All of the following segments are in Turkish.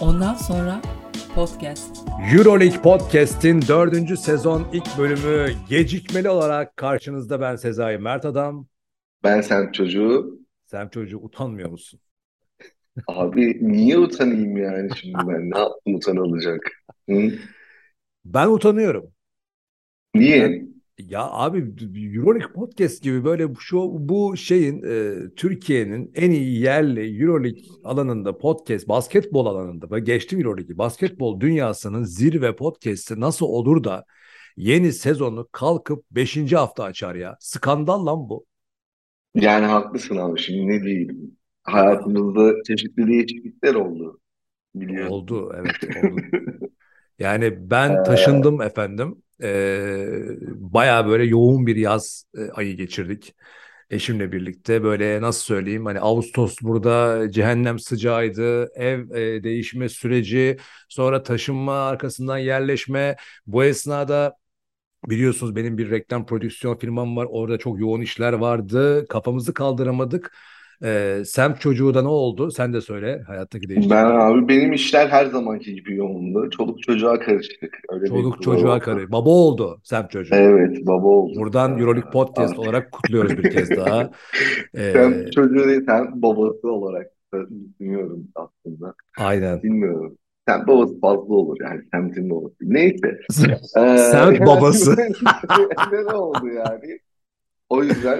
Ondan sonra podcast. Euroleague Podcast'in 4. sezon ilk bölümü gecikmeli olarak karşınızda ben Sezai Mert Adam. Ben semt çocuğu. Sen çocuğu utanmıyor musun? Abi niye utanayım yani şimdi ben? Ne yaptım utanılacak? Hı? Ben utanıyorum. Ben Niye? ya abi Euroleague Podcast gibi böyle bu şeyin Türkiye'nin en iyi yerli Euroleague alanında podcast, basketbol alanında ve geçtim Euroleague'i basketbol dünyasının zirve podcast'i nasıl olur da yeni sezonu kalkıp 5. hafta açar ya. Skandal lan bu. Yani haklısın abi şimdi ne diyeyim? Ya, Hayatımızda çeşitli değişiklikler oldu biliyorsun. oldu, evet, oldu. Yani ben Ee, taşındım efendim. Bayağı böyle yoğun bir yaz ayı geçirdik. Eşimle birlikte böyle nasıl söyleyeyim hani Ağustos burada cehennem sıcağıydı. Ev değişme süreci, sonra taşınma, arkasından yerleşme. Bu esnada biliyorsunuz benim bir reklam prodüksiyon firmam var. Orada çok yoğun işler vardı. Kafamızı kaldıramadık. Semt çocuğu da ne oldu? Sen de söyle hayattaki Ben değişiklikleri. abi benim işler her zamanki gibi yoğundu. Çoluk çocuğa karıştık. Öyle bir Çoluk olay çocuğa oldu. karı. Baba oldu semt çocuğu. Evet baba olduk. Buradan Euroleague Podcast Artık olarak kutluyoruz bir kez daha. semt Ee, çocuğu değil sen babası olarak da düşünüyorum aslında. aynen. Bilmiyorum. Semt babası fazla olur yani semtin babası. Neyse. Semt Yani babası. ne oldu yani? O yüzden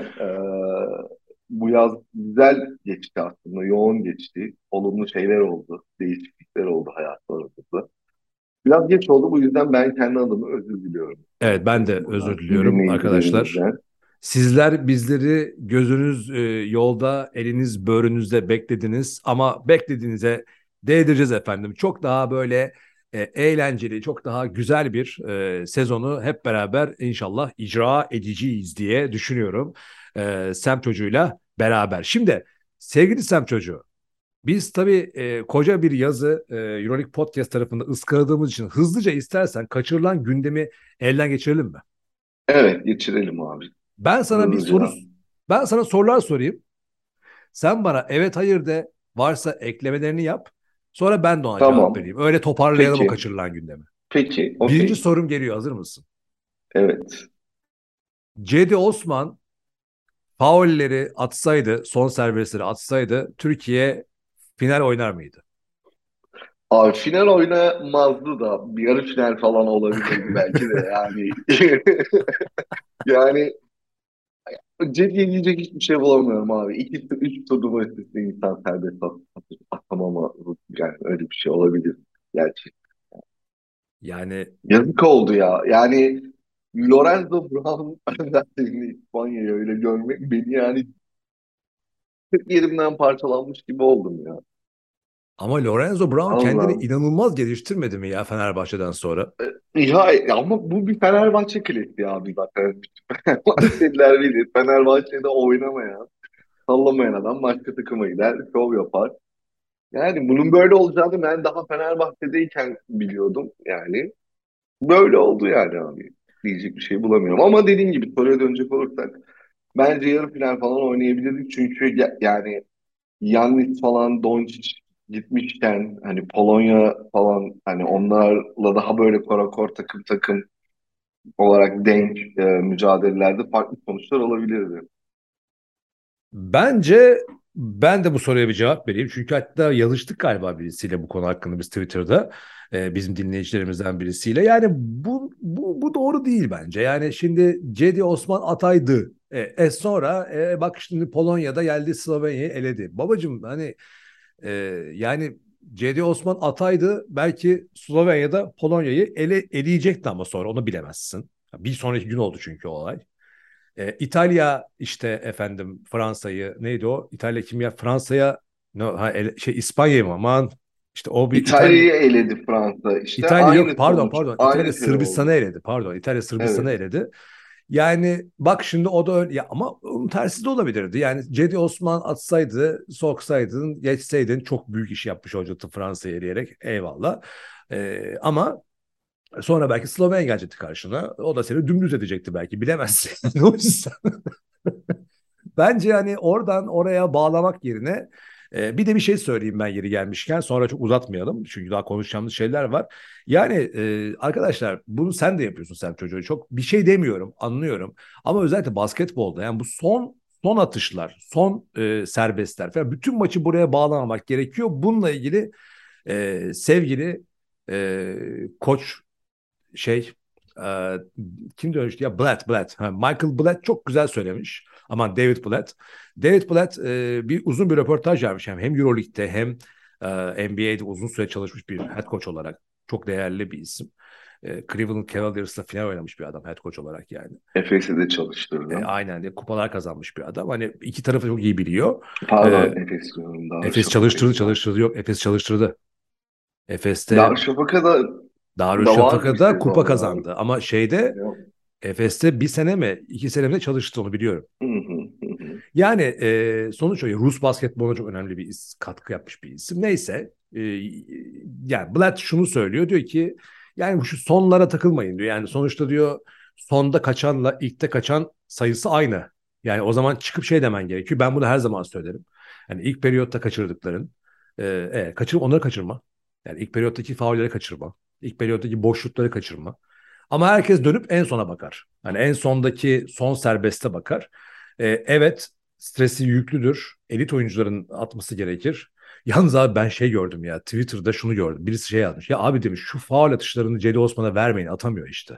bu yaz güzel geçti aslında, yoğun geçti. Olumlu şeyler oldu, değişiklikler oldu hayatlarımızda. Biraz geç oldu, bu yüzden ben kendi adıma özür diliyorum. Evet, ben de özür Buradan diliyorum arkadaşlar. dinleyicilerimizden. Sizler bizleri gözünüz yolda, eliniz böğrünüzde beklediniz ama beklediğinize değdireceğiz efendim. Çok daha böyle eğlenceli, çok daha güzel bir sezonu hep beraber inşallah icra edeceğiz diye düşünüyorum. Sem çocuğuyla beraber. Şimdi sevgili Sem çocuğu, biz tabii koca bir yazı Euroleague Podcast tarafında ıskaladığımız için hızlıca istersen kaçırılan gündemi elden geçirelim mi? Evet, geçirelim abi. Ben sana bir soru Hızlıca. Ben sana sorular sorayım. Sen bana evet hayır de, varsa eklemelerini yap. Sonra ben de ona cevap Tamam. vereyim. Öyle toparlayalım o Peki. kaçırılan gündemi. Peki. Birinci Okey. sorum geliyor. Hazır mısın? Evet. Cedi Osman faulleri atsaydı, son servisleri atsaydı Türkiye final oynar mıydı? Abi final oynamazdı da bir yarı final falan olabilirdi belki de yani. Yani Cediye diyecek hiçbir şey bulamıyorum abi. İki, üç turnuva üst üste insan serbest atamama yani öyle bir şey olabilir. Gerçi Yani yazık oldu ya. Yani Lorenzo Brown özellikle İspanya'yı öyle görmek beni yani 40 yerimden parçalanmış gibi oldum ya. ama Lorenzo Brown kendini Allah'ım. inanılmaz geliştirmedi mi ya Fenerbahçe'den sonra? Ya, ama bu bir Fenerbahçe klasiği abi zaten. Fenerbahçeliler bilir. Fenerbahçe'de oynamayan, sallamayan adam başka takıma gider, şov yapar. Yani bunun böyle olacağını ben daha Fenerbahçe'deyken biliyordum yani. Böyle oldu yani abi. Diyecek bir şey bulamıyorum. Ama dediğin gibi soruya dönecek olursak bence yarı final falan oynayabilirdik. Çünkü yani Yannis falan Doncic gitmişken hani Polonya falan hani onlarla daha böyle korakor takım takım olarak denk mücadelelerde farklı sonuçlar olabilirdi. Bence ben de bu soruya bir cevap vereyim. Çünkü hatta yazıştık galiba birisiyle bu konu hakkında biz Twitter'da. Bizim dinleyicilerimizden birisiyle. Yani bu doğru değil bence. Yani şimdi Cedi Osman Atay'dı. Sonra bak şimdi Polonya'da geldi Slovenya'yı eledi. Babacım hani e, yani Cedi Osman Atay'dı. Belki Slovenya'da Polonya'yı eleyecekti ama sonra onu bilemezsin. Bir sonraki gün oldu çünkü o olay. İtalya işte efendim Fransa'yı neydi o? İtalya kim ya? Fransa'ya no, İspanya'yı mı? Aman işte o bir İtalya İtalya'yı eledi Fransa işte İtalya yok, aynı pardon sonuç, pardon, İtalya aynı şey Sırbistan'ı oldu. eledi. Pardon, İtalya Sırbistan'ı Evet. eledi. Yani bak şimdi o da öyle ya, ama onun tersi de olabilirdi. Yani Cedi Osman atsaydı, soksaydın, geçseydin çok büyük iş yapmış olacaktı Fransa'yı eleyerek. Eyvallah. Ama sonra belki Slovenya gelecekti karşına. O da seni dümdüz edecekti belki. Bilemezsin. O yüzden bence hani oradan oraya bağlamak yerine Bir de bir şey söyleyeyim ben yeri gelmişken, sonra çok uzatmayalım çünkü daha konuşacağımız şeyler var. Yani arkadaşlar, bunu sen de yapıyorsun sen çocuğu. Çok bir şey demiyorum, anlıyorum. Ama özellikle basketbolda yani bu son atışlar, son serbestler falan, bütün maçı buraya bağlamamak gerekiyor. Bununla ilgili sevgili koç şey e, kim demişti ya, Blatt. Ha, Michael Blatt çok güzel söylemiş. Aman, David Blatt. David Blatt bir uzun bir röportaj yapmış. Hem Euroleague'de hem NBA'de uzun süre çalışmış bir head coach olarak. Çok değerli bir isim. Cleveland Cavaliers'la final oynamış bir adam head coach olarak yani. Efes'e de çalıştırdım. Aynen de kupalar kazanmış bir adam. Hani iki tarafı çok iyi biliyor. Pardon, Efes diyorum. Efes Darüşşafaka'yı. çalıştırdı yok. Efes çalıştırdı. Efes'te Darüşşafaka'da da vardı bir Darüşşafaka'da kupa sezon ya. kazandı. Ama şeyde Yok. Efes'te bir sene mi 2 sene mi çalıştı, onu biliyorum. Hı hı, hı hı. Yani sonuç olarak Rus basketboluna çok önemli bir katkı yapmış bir isim. Neyse, yani Blatt şunu söylüyor, diyor ki yani şu sonlara takılmayın diyor. Yani sonuçta diyor, sonda kaçanla ilkte kaçan sayısı aynı. Yani o zaman çıkıp şey demen gerekiyor. Ben bunu her zaman söylerim. Yani ilk periyotta kaçırdıkların, onları kaçırma. Yani ilk periyottaki faulleri kaçırma. İlk periyottaki boşlukları kaçırma. Ama herkes dönüp en sona bakar. Hani en sondaki son serbeste bakar. Evet, stresi yüklüdür. Elit oyuncuların atması gerekir. Yalnız abi, ben şey gördüm ya, Twitter'da şunu gördüm. Birisi şey yazmış. Ya abi demiş, şu faul atışlarını Cedi Osman'a vermeyin, atamıyor işte.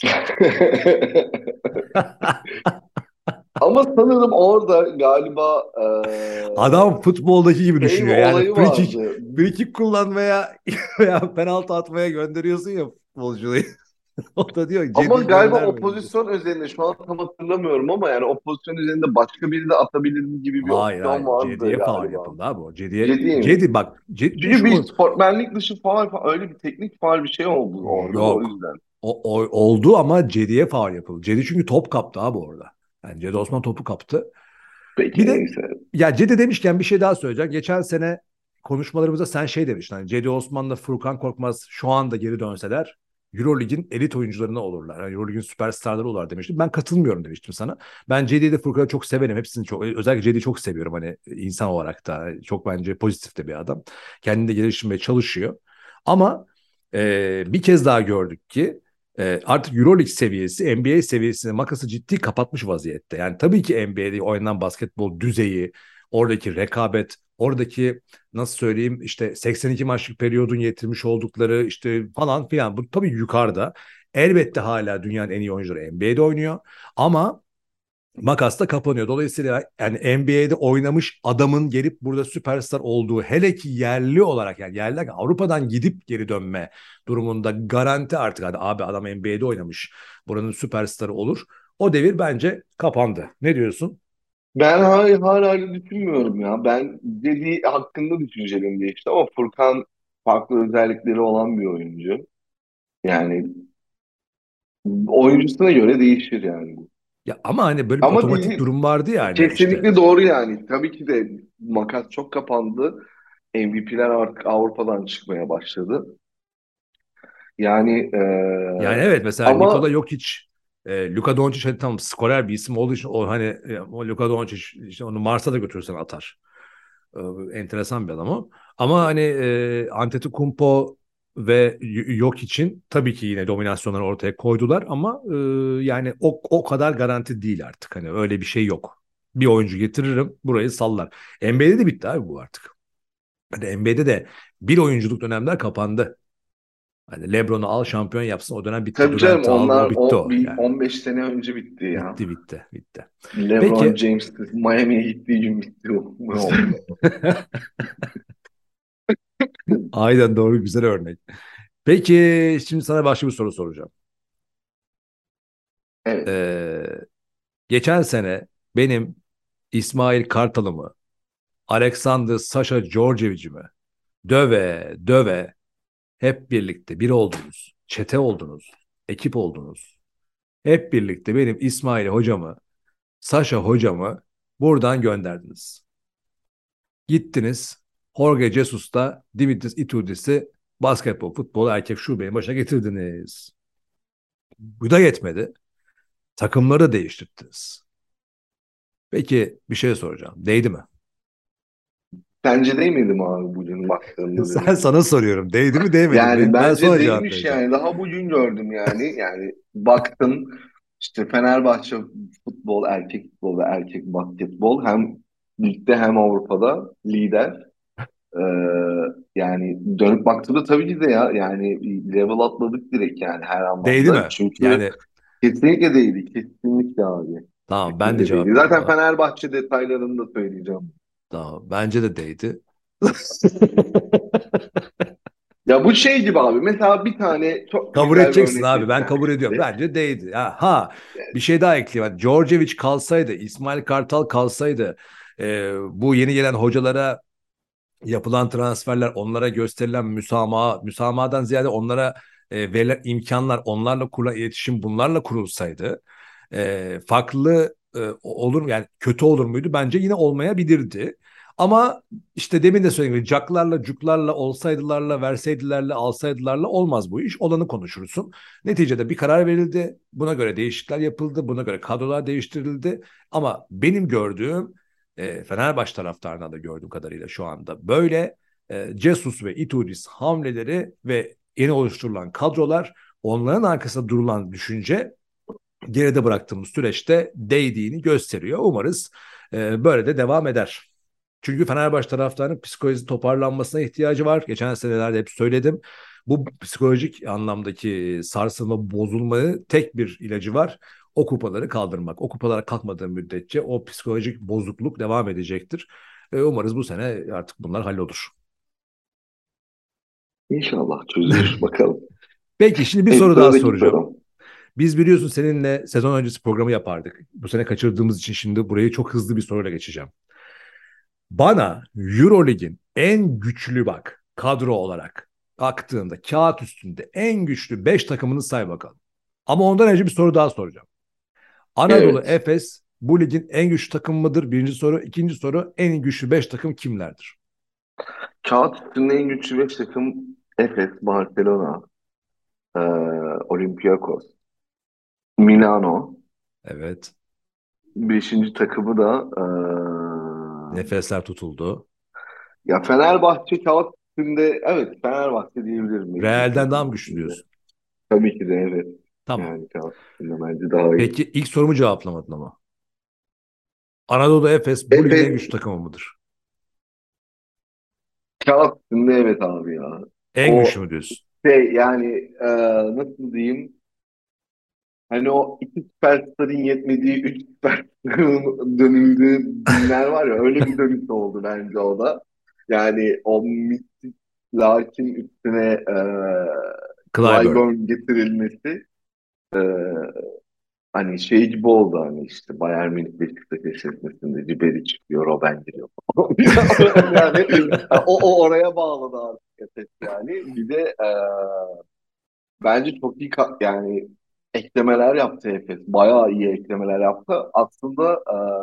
Ama sanırım orada galiba Adam futboldaki gibi şey bir düşünüyor. Yani olayı free kick, vardı. free kick kullanmaya veya penaltı atmaya gönderiyorsun ya futbolcuyu. O da diyor Ama Cedi'yi galiba o göndermeyin diyor. pozisyon üzerinde şu an tam hatırlamıyorum ama yani o pozisyon üzerinde başka biri de atabilir gibi bir Hayır opsiyon hayır, vardı Cedi'ye faul galiba. yapıldı abi o. Cedi'ye, Ciddi mi? Cedi bak, Cedi Çünkü bir şu sportmenlik dışı faul, öyle bir teknik faul bir şey oldu orada da o yok. yüzden. Oldu ama Cedi'ye faul yapıldı. Cedi çünkü top kaptı abi orada. Yani Cedi Osman topu kaptı. Bir Peki de neyse. ya Cedi demişken bir şey daha söyleyeceğim. Geçen sene konuşmalarımızda sen şey demiştin. Hani Cedi Osman'la Furkan Korkmaz şu anda geri dönseler Eurolig'in elit oyuncularına olurlar. Yani Eurolig'in süperstarları olurlar demiştim. Ben katılmıyorum demiştim sana. Ben Cedi'yi de Furkan'ı çok severim. Hepsini çok, özellikle Cedi'yi çok seviyorum. Hani insan olarak da çok bence pozitif de bir adam. Kendini de geliştirmeye çalışıyor. Ama bir kez daha gördük ki artık Euroleague seviyesi NBA seviyesine makası ciddi kapatmış vaziyette. Yani tabii ki NBA'de oynanan basketbol düzeyi, oradaki rekabet, oradaki nasıl söyleyeyim işte 82 maçlık periyodun getirmiş oldukları işte falan filan, bu tabii yukarıda. Elbette hala dünyanın en iyi oyuncuları NBA'de oynuyor ama makas da kapanıyor. Dolayısıyla yani NBA'de oynamış adamın gelip burada süperstar olduğu, hele ki yerli olarak, yani yerli Avrupa'dan gidip geri dönme durumunda garanti artık. Hadi abi, adam NBA'de oynamış, buranın süperstarı olur. O devir bence kapandı. Ne diyorsun? Ben hala öyle düşünmüyorum ya. Ben dediği hakkında düşüncelerim değişti ama Furkan farklı özellikleri olan bir oyuncu. Yani oyuncusuna göre değişir yani. Ya ama hani böyle bir Ama otomatik durum vardı ya, hani işte. kesinlikle doğru yani. Tabii ki de makas çok kapandı. MVP'ler artık Avrupa'dan çıkmaya başladı. Yani Yani evet, mesela Nikola ama Jokic, Luka Doncic, hadi tamam skorer bir isim olduğu için o hani o Luka Doncic işte onu Mars'a da götürürsen atar. E, enteresan bir adam o. Ama hani Antetokounmpo ve yok için tabii ki yine dominasyonları ortaya koydular ama yani o kadar garanti değil artık. Hani öyle bir şey yok. Bir oyuncu getiririm, burayı sallar. NBA'de de bitti abi bu artık. Hani NBA'de de bir oyunculuk dönemler kapandı. Hani LeBron'u al şampiyon yapsın, o dönem bitti. tabii canım Durant'ı al, o onlar bitti o o bir yani. 15 sene önce bitti ya. Bitti. LeBron Peki. James Miami'ye gittiği gün bitti o. Aynen doğru, güzel örnek. Peki şimdi sana başka bir soru soracağım. Evet. Ee, geçen sene benim İsmail Kartal'ımı, Alexander Sasha Djordjevic'imi döve döve hep birlikte bir oldunuz. Çete oldunuz. Ekip oldunuz. Hep birlikte benim İsmail hocamı, Sasha hocamı buradan gönderdiniz. Gittiniz Jorge Jesus'ta Dimitris Itudis'i basketbol, futbol erkek şubenin başına getirdiniz. Bu da yetmedi. Takımları da değiştirdiniz. Peki bir şey soracağım. Değdi mi? Sence değmedi mi abi bugün baktığında Sen dedim. sana soruyorum. Değdi mi değmedi Yani mi? Ben bence sonra cevap değmiş vereceğim. yani. Daha bugün gördüm yani. Yani baktım işte Fenerbahçe futbol, erkek futbol ve erkek basketbol hem ligde hem Avrupa'da lider. Ee, Yani dönüp baktığımda tabii ki de ya yani level atladık direkt yani her Değdi anlamda. mi? Çünkü Yani kesinlikle değildi. Kesinlikle abi. tamam, ben de Kesinlikle cevap değildi. vereyim Zaten buna. Fenerbahçe detaylarını da söyleyeceğim. Tamam, bence de değdi. Ya bu şey gibi abi. Mesela bir tane çok Kabul güzel bir edeceksin örnek abi. Ben vereceğim kabul ediyorum. şimdi. Bence değdi. Bir şey daha ekleyeyim. Yani Djordjevic kalsaydı, İsmail Kartal kalsaydı, bu yeni gelen hocalara yapılan transferler, onlara gösterilen müsamahadan ziyade onlara verilen imkanlar, onlarla kurulan iletişim bunlarla kurulsaydı farklı olur mu? Yani kötü olur muydu? Bence yine olmayabilirdi. Ama işte demin de söylediğim gibi caklarla, cuklarla, olsaydılarla, verseydilerle, alsaydılarla olmaz bu iş. Olanı konuşursun. Neticede bir karar verildi. Buna göre değişiklikler yapıldı. Buna göre kadrolar değiştirildi. Ama benim gördüğüm Fenerbahçe taraftarına da gördüğüm kadarıyla şu anda böyle Jesus ve Itudis hamleleri ve yeni oluşturulan kadrolar, onların arkasında durulan düşünce geride bıraktığımız süreçte değdiğini gösteriyor. Umarız böyle de devam eder. Çünkü Fenerbahçe taraftarının psikolojisi toparlanmasına ihtiyacı var. Geçen senelerde hep söyledim. Bu psikolojik anlamdaki sarsılma, bozulmayı tek bir ilacı var. O kupaları kaldırmak. O kupalara kalkmadığı müddetçe o psikolojik bozukluk devam edecektir. Umarız bu sene artık bunlar hallolur. İnşallah çözülür bakalım. Peki şimdi bir Evet, soru daha sıradaki soracağım. sorum. Biz biliyorsun seninle sezon öncesi programı yapardık. Bu sene kaçırdığımız için şimdi burayı çok hızlı bir soruyla geçeceğim. Bana Eurolig'in en güçlü bak kadro olarak baktığında kağıt üstünde en güçlü 5 takımını say bakalım. Ama ondan önce bir soru daha soracağım. Anadolu Evet. Efes bu ligin en güçlü takımı mıdır? Birinci soru. İkinci soru, en güçlü 5 takım kimlerdir? Kağıt üstünde en güçlü 5 takım Efes, Barcelona, e, Olympiakos, Milano. Evet. Beşinci takımı da Nefesler tutuldu. ya Fenerbahçe kağıt üstünde evet Fenerbahçe diyebilirim beşinci Real'den daha mı takım güçlü üstünde. diyorsun? Tabii ki de evet. Tamam. Yani kağıt üstünde bence daha iyi. Peki ilk sorumu cevaplamadın ama. Anadolu Efes bu ligin en Efes güçlü takımı mıdır? kağıt üstünde evet abi ya. En güçlü O mü diyorsun? şey yani nasıl diyeyim? Hani o iki süperstarın yetmediği üç süperstarın dönüldüğü günler var ya öyle bir dönüş oldu bence o da. Yani o mistik Larkin üstüne Clyburn. Clyburn getirilmesi e, hani şey gibi oldu hani işte Bayern Münih Beşiktaş eşleşmesinde Ribery çıkıyor, Robben giriyor. Yani o oraya bağladı artık Efes yani. Bir de bence çok iyi yani eklemeler yaptı Efes. Bayağı iyi eklemeler yaptı. Aslında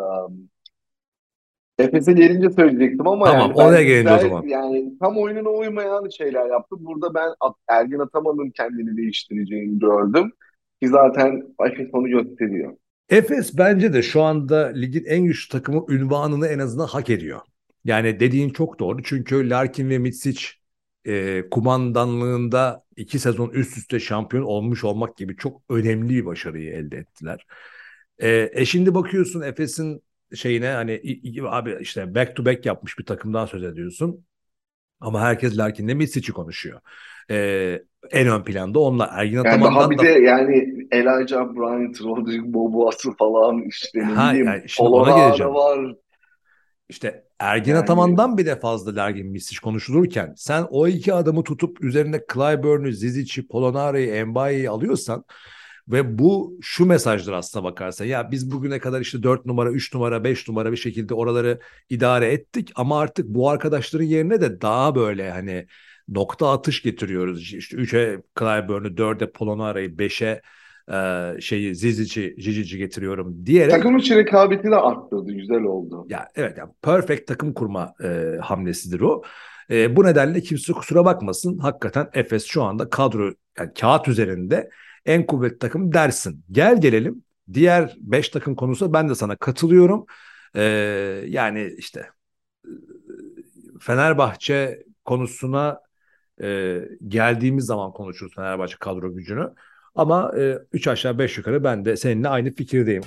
Efes'e gelince söyleyecektim ama Tamam, yani oraya gelince o benzer zaman. yani tam oyununa uymayan şeyler yaptı. Burada ben Ergin Ataman'ın kendini değiştireceğini gördüm. Ki zaten Efes onu gösteriyor. Efes bence de şu anda ligin en güçlü takımı ünvanını en azından hak ediyor. Yani dediğin çok doğru. Çünkü Larkin ve Mitsic kumandanlığında 2 sezon üst üste şampiyon olmuş olmak gibi çok önemli bir başarıyı elde ettiler. Şimdi bakıyorsun Efes'in şeyine hani abi işte back to back yapmış bir takımdan söz ediyorsun. Ama herkes Larkin'le Mitsic'i konuşuyor. En ön planda onlar. Ergin Yani daha Ataman'dan bir da de yani Elijah Bryant, Rodrigo Boboası falan işte ne yani bileyim şimdi ona Polonara geleceğim. var. İşte Ergin Yani Ataman'dan bile fazla Largin Misic konuşulurken sen o iki adamı tutup üzerine Clyburn'u, Zizic'i, Polonara'yı, Mbaye'yi alıyorsan ve bu şu mesajdır aslına bakarsan. Ya biz bugüne kadar işte 4 numara, 3 numara, 5 numara bir şekilde oraları idare ettik ama artık bu arkadaşların yerine de daha böyle hani nokta atış getiriyoruz. İşte 3'e Clyburn'u, 4'e Polonara'yı, 5'e şeyi Zizic'i getiriyorum diyerek takım içi rekabeti de arttırdı. Güzel oldu. ya evet yani perfect takım kurma hamlesidir o. Bu nedenle kimse kusura bakmasın. Hakikaten Efes şu anda kadro yani kağıt üzerinde en kuvvetli takım dersin. Gel gelelim diğer 5 takım konusunda ben de sana katılıyorum. E, Yani işte Fenerbahçe konusuna geldiğimiz zaman konuşuruz Fenerbahçe kadro gücünü. Ama 3 aşağı 5 yukarı ben de seninle aynı fikirdeyim.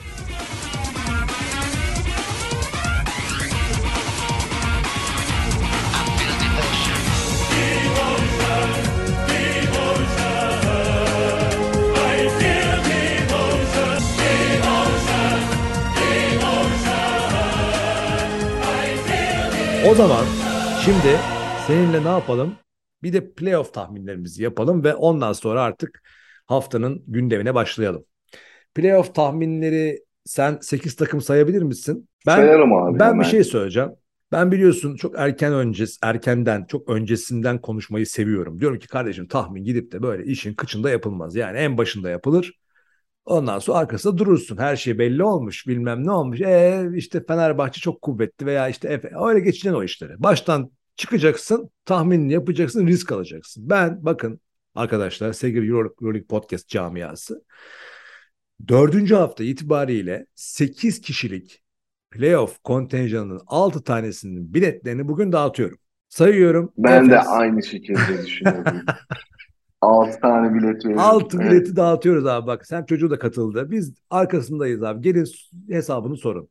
O zaman şimdi seninle ne yapalım? Bir de playoff tahminlerimizi yapalım ve ondan sonra artık haftanın gündemine başlayalım. Playoff tahminleri, sen 8 takım sayabilir misin? Sayarım abi Ben bir hemen. şey söyleyeceğim. Ben biliyorsun çok erkenden, çok öncesinden konuşmayı seviyorum. Diyorum ki kardeşim, tahmin gidip de böyle işin kıçında yapılmaz. Yani en başında yapılır. Ondan sonra arkasında durursun. Her şey belli olmuş, bilmem ne olmuş. İşte Fenerbahçe çok kuvvetli veya işte Efe. Öyle geçeceksin o işleri. Baştan çıkacaksın, tahminini yapacaksın, risk alacaksın. Ben bakın arkadaşlar, sevgili Euroleague Podcast camiası, dördüncü hafta itibariyle 8 kişilik playoff kontenjanının 6 tanesinin biletlerini bugün dağıtıyorum. Sayıyorum. Ben de Efes. aynı şekilde düşünüyorum. 6 tane bilet veririm. 6 Evet. bileti dağıtıyoruz abi, bak sen, çocuğu da katıldı. Biz arkasındayız abi. Gelin hesabını sorun.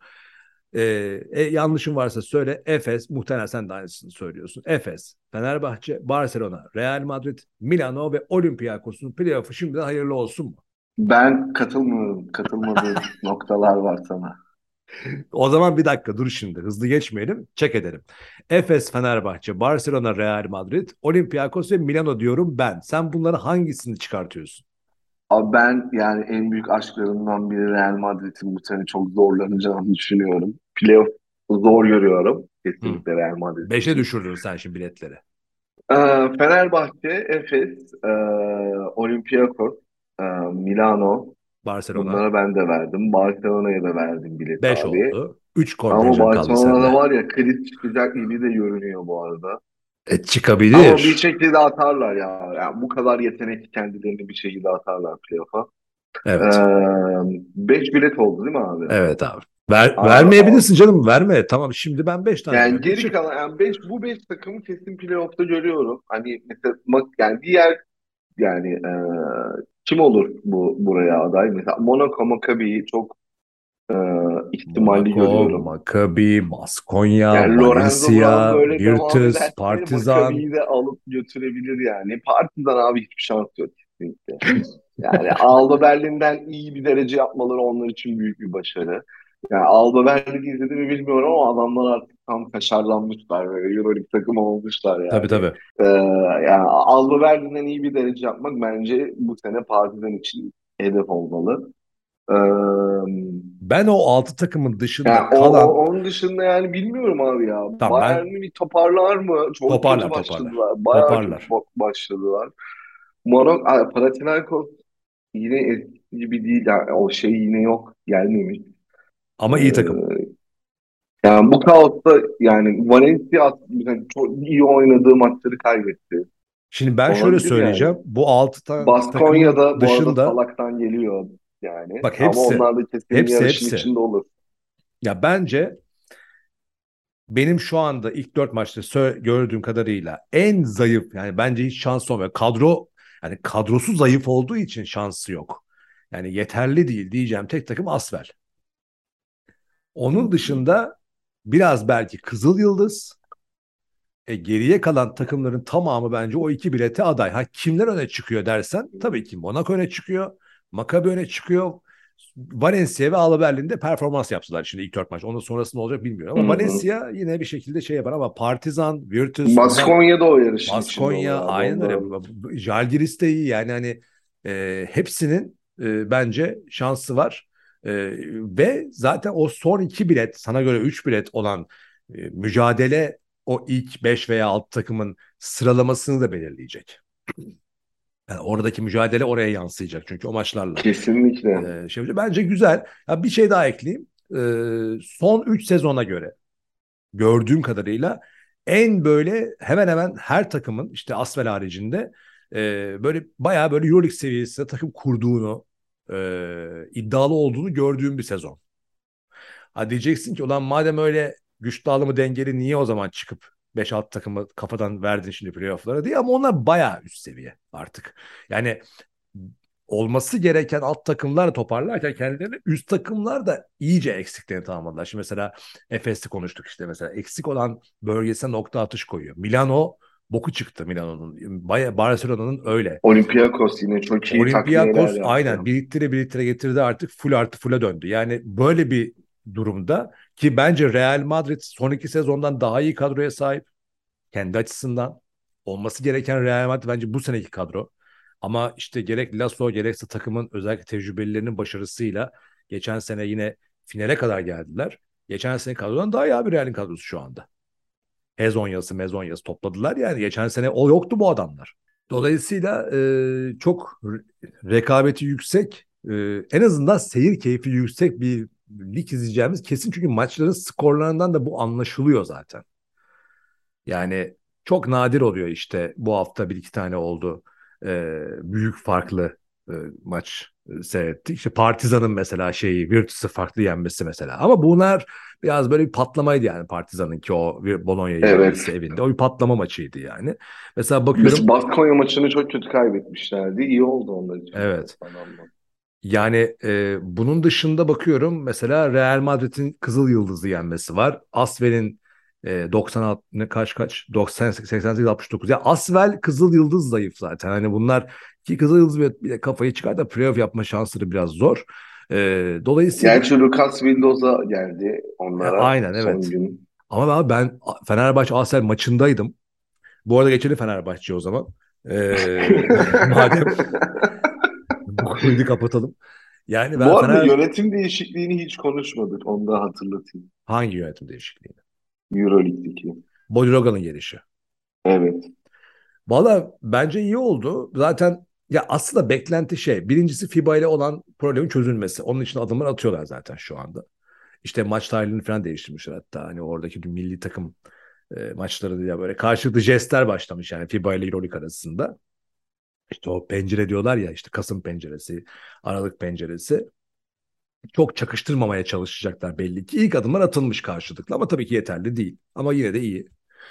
Yanlışın varsa söyle. Efes, muhtemelen sen de aynısını söylüyorsun. Efes, Fenerbahçe, Barcelona, Real Madrid, Milano ve Olympiakos'un playoff'u şimdiden hayırlı olsun mu? Ben katılmıyorum. Katılmadığım noktalar var sana. O zaman bir dakika dur, şimdi hızlı geçmeyelim, çek edelim. Efes, Fenerbahçe, Barcelona, Real Madrid, Olympiakos ve Milano diyorum ben. Sen bunları hangisini çıkartıyorsun? Abi ben yani en büyük aşklarımdan biri Real Madrid'in bu sene çok zorlanacağını düşünüyorum. Playoff zor görüyorum Hı. kesinlikle Real Madrid 5'e için. düşürdün sen şimdi biletleri. Ee, Fenerbahçe, Efes, Olympiakos, Milano, Barcelona bunlara ben de verdim. Barcelona'ya da verdim bilet 5 abi. oldu. 3 Ama kontenjan kaldı Barcelona'da sende. var ya kriz çıkacak gibi de görünüyor bu arada. Ama bir Çıkabilir. şekilde atarlar ya. Yani bu kadar yetenekli kendilerini bir şekilde atarlar playoff'a. Evet. 5 bilet oldu değil mi abi? Evet abi. Abi, Vermeyebilirsin canım, verme. Tamam, şimdi ben 5 tane yani verdim. geri Çık. kalan yani bu 5 takımı kesin playoff'ta görüyorum. Hani mesela yani diğer yani kim olur buraya aday? Mesela Monaco Maccabi'yi çok e, ihtimalli Monaco, görüyorum. Maccabi, Baskonya, Yani Lorenzo Brown Valencia, böyle devam Virtus, ederse Partizan. Maccabi'yi de alıp götürebilir yani. Partizan abi hiçbir şans yok kesinlikle. Yani Alba Berlin'den iyi bir derece yapmaları onlar için büyük bir başarı. Yani Alba Berlin'i izledim mi bilmiyorum ama adamlar artık tam kaşarlanmışlar. Böyle Euroleague takımı olmuşlar Tabii yani. tabii. Ee, yani Alba Berlin'den iyi bir derece yapmak bence bu sene Partizan için hedef olmalı. Ee, Ben o 6 takımın dışında yani kalan, onun dışında yani bilmiyorum abi ya. tamam, Bayern ben Münih toparlar mı? Çok kötü toparlar. başladılar. Bayağı kötü Toparlar. başladılar. Panathinaikos yine eskisi gibi değil. Yani o şey yine yok. Gelmemiş. Ama iyi takım. Ee, yani bu kaosta yani Valencia yani çok iyi oynadığı maçları kaybetti. Şimdi ben şöyle Olabilir yani. söyleyeceğim. Bu 6 Baskonya takımın da bu arada dışında, salaktan geliyor yani. bak, Ama hepsi onlar da kesin hepsi yarışın hepsi. içinde olur. Ya bence benim şu anda ilk 4 maçta gördüğüm kadarıyla en zayıf, yani bence hiç şansı olmuyor. Yani kadrosu zayıf olduğu için şansı yok. Yani yeterli değil diyeceğim tek takım Asvel. Onun dışında biraz belki Kızıl Yıldız. Geriye kalan takımların tamamı bence o 2 bilete aday. Ha, kimler öne çıkıyor dersen, tabii ki Monaco öne çıkıyor. Maccabi öne çıkıyor. Valencia ve Alba Berlin'de performans yaptılar şimdi ilk 4 maç. Onun sonrası ne olacak bilmiyorum. Hı Ama hı. Valencia yine bir şekilde şey yapar, ama Partizan, Virtus, bunlar, Baskonya da o yarışın içinde olur Baskonya, abi. aynen öyle. Onların Žalgiris de iyi. Yani hani hepsinin bence şansı var. Ve zaten o son 2 bilet, sana göre 3 bilet olan mücadele o ilk 5 veya 6 takımın sıralamasını da belirleyecek. Yani oradaki mücadele oraya yansıyacak çünkü o maçlarla. kesinlikle. Bence güzel. Ya bir şey daha ekleyeyim. Son 3 sezona göre gördüğüm kadarıyla en böyle hemen hemen her takımın, işte Asvel haricinde, böyle bayağı böyle EuroLeague seviyesinde takım kurduğunu, iddialı olduğunu gördüğüm bir sezon. Ha, diyeceksin ki ulan madem öyle güç dağılımı dengeli, niye o zaman çıkıp 5-6 takımı kafadan verdin şimdi playoff'lara diye, ama onlar bayağı üst seviye artık. Yani olması gereken alt takımlar toparlarken kendilerini, üst takımlar da iyice eksiklerini tamamladılar. Şimdi mesela Efes'i konuştuk, işte mesela eksik olan bölgesine nokta atış koyuyor. Milano boku çıktı Milano'nun. Barcelona'nın öyle. Olympiakos yine çok iyi takviyeler Olympiakos yaptı. aynen biriktire getirdi, artık full artı full'a döndü. Yani böyle bir durumda ki bence Real Madrid son 2 sezondan daha iyi kadroya sahip kendi açısından. Olması gereken Real Madrid bence bu seneki kadro. Ama işte gerek Lasso gerekse takımın özellikle tecrübelilerinin başarısıyla geçen sene yine finale kadar geldiler. Geçen sene kadrodan daha iyi bir Real'in kadrosu şu anda. Hezonya'sı Mezonya'sı topladılar, yani geçen sene o yoktu bu adamlar. Dolayısıyla çok rekabeti yüksek, en azından seyir keyfi yüksek bir lig izleyeceğimiz kesin, çünkü maçların skorlarından da bu anlaşılıyor zaten. Yani çok nadir oluyor, işte bu hafta bir iki tane oldu. Büyük farklı maç seyrettik. İşte Partizan'ın mesela Virtus'u farklı yenmesi mesela. Ama bunlar biraz böyle bir patlamaydı yani, Partizan'ınki o Bologna'yı yenmesi Evet. evinde. O bir patlama maçıydı yani. Mesela Biz bakıyorum, Baskonya maçını çok kötü kaybetmişlerdi. İyi oldu onlar için de evet. falan. Yani bunun dışında bakıyorum, mesela Real Madrid'in Kızıl Yıldız'ı yenmesi var. Asvel'in 96 kaç 98 88 69. Ya Asvel Kızıl Yıldız zayıf zaten. Hani bunlar ki Kızıl Yıldız bile kafayı çıkar da playoff yapma şansları biraz zor. Dolayısıyla Gerçi Lucas Windows'a geldi onlara aynen son evet. gün. Ama ben Fenerbahçe Asvel maçındaydım. Bu arada geçelim Fenerbahçe o zaman. Madem bu konuyu kapatalım. Yani ben Bu arada yönetim değişikliğini hiç konuşmadık. Onu da hatırlatayım. hangi yönetim değişikliği? Euroleague'deki. Bodirogan'ın gelişi. Evet. Valla bence iyi oldu. Zaten ya aslında beklenti birincisi FIBA ile olan problemin çözülmesi. Onun için adımlar atıyorlar zaten şu anda. İşte maç tarihini falan değiştirmişler hatta. Hani oradaki milli takım maçları diye böyle karşılıklı jestler başlamış yani FIBA ile EuroLeague arasında. İşte o pencere diyorlar ya, işte Kasım penceresi, Aralık penceresi. Çok çakıştırmamaya çalışacaklar belli ki. İlk adımlar atılmış karşılıklı, ama tabii ki yeterli değil. Ama yine de iyi.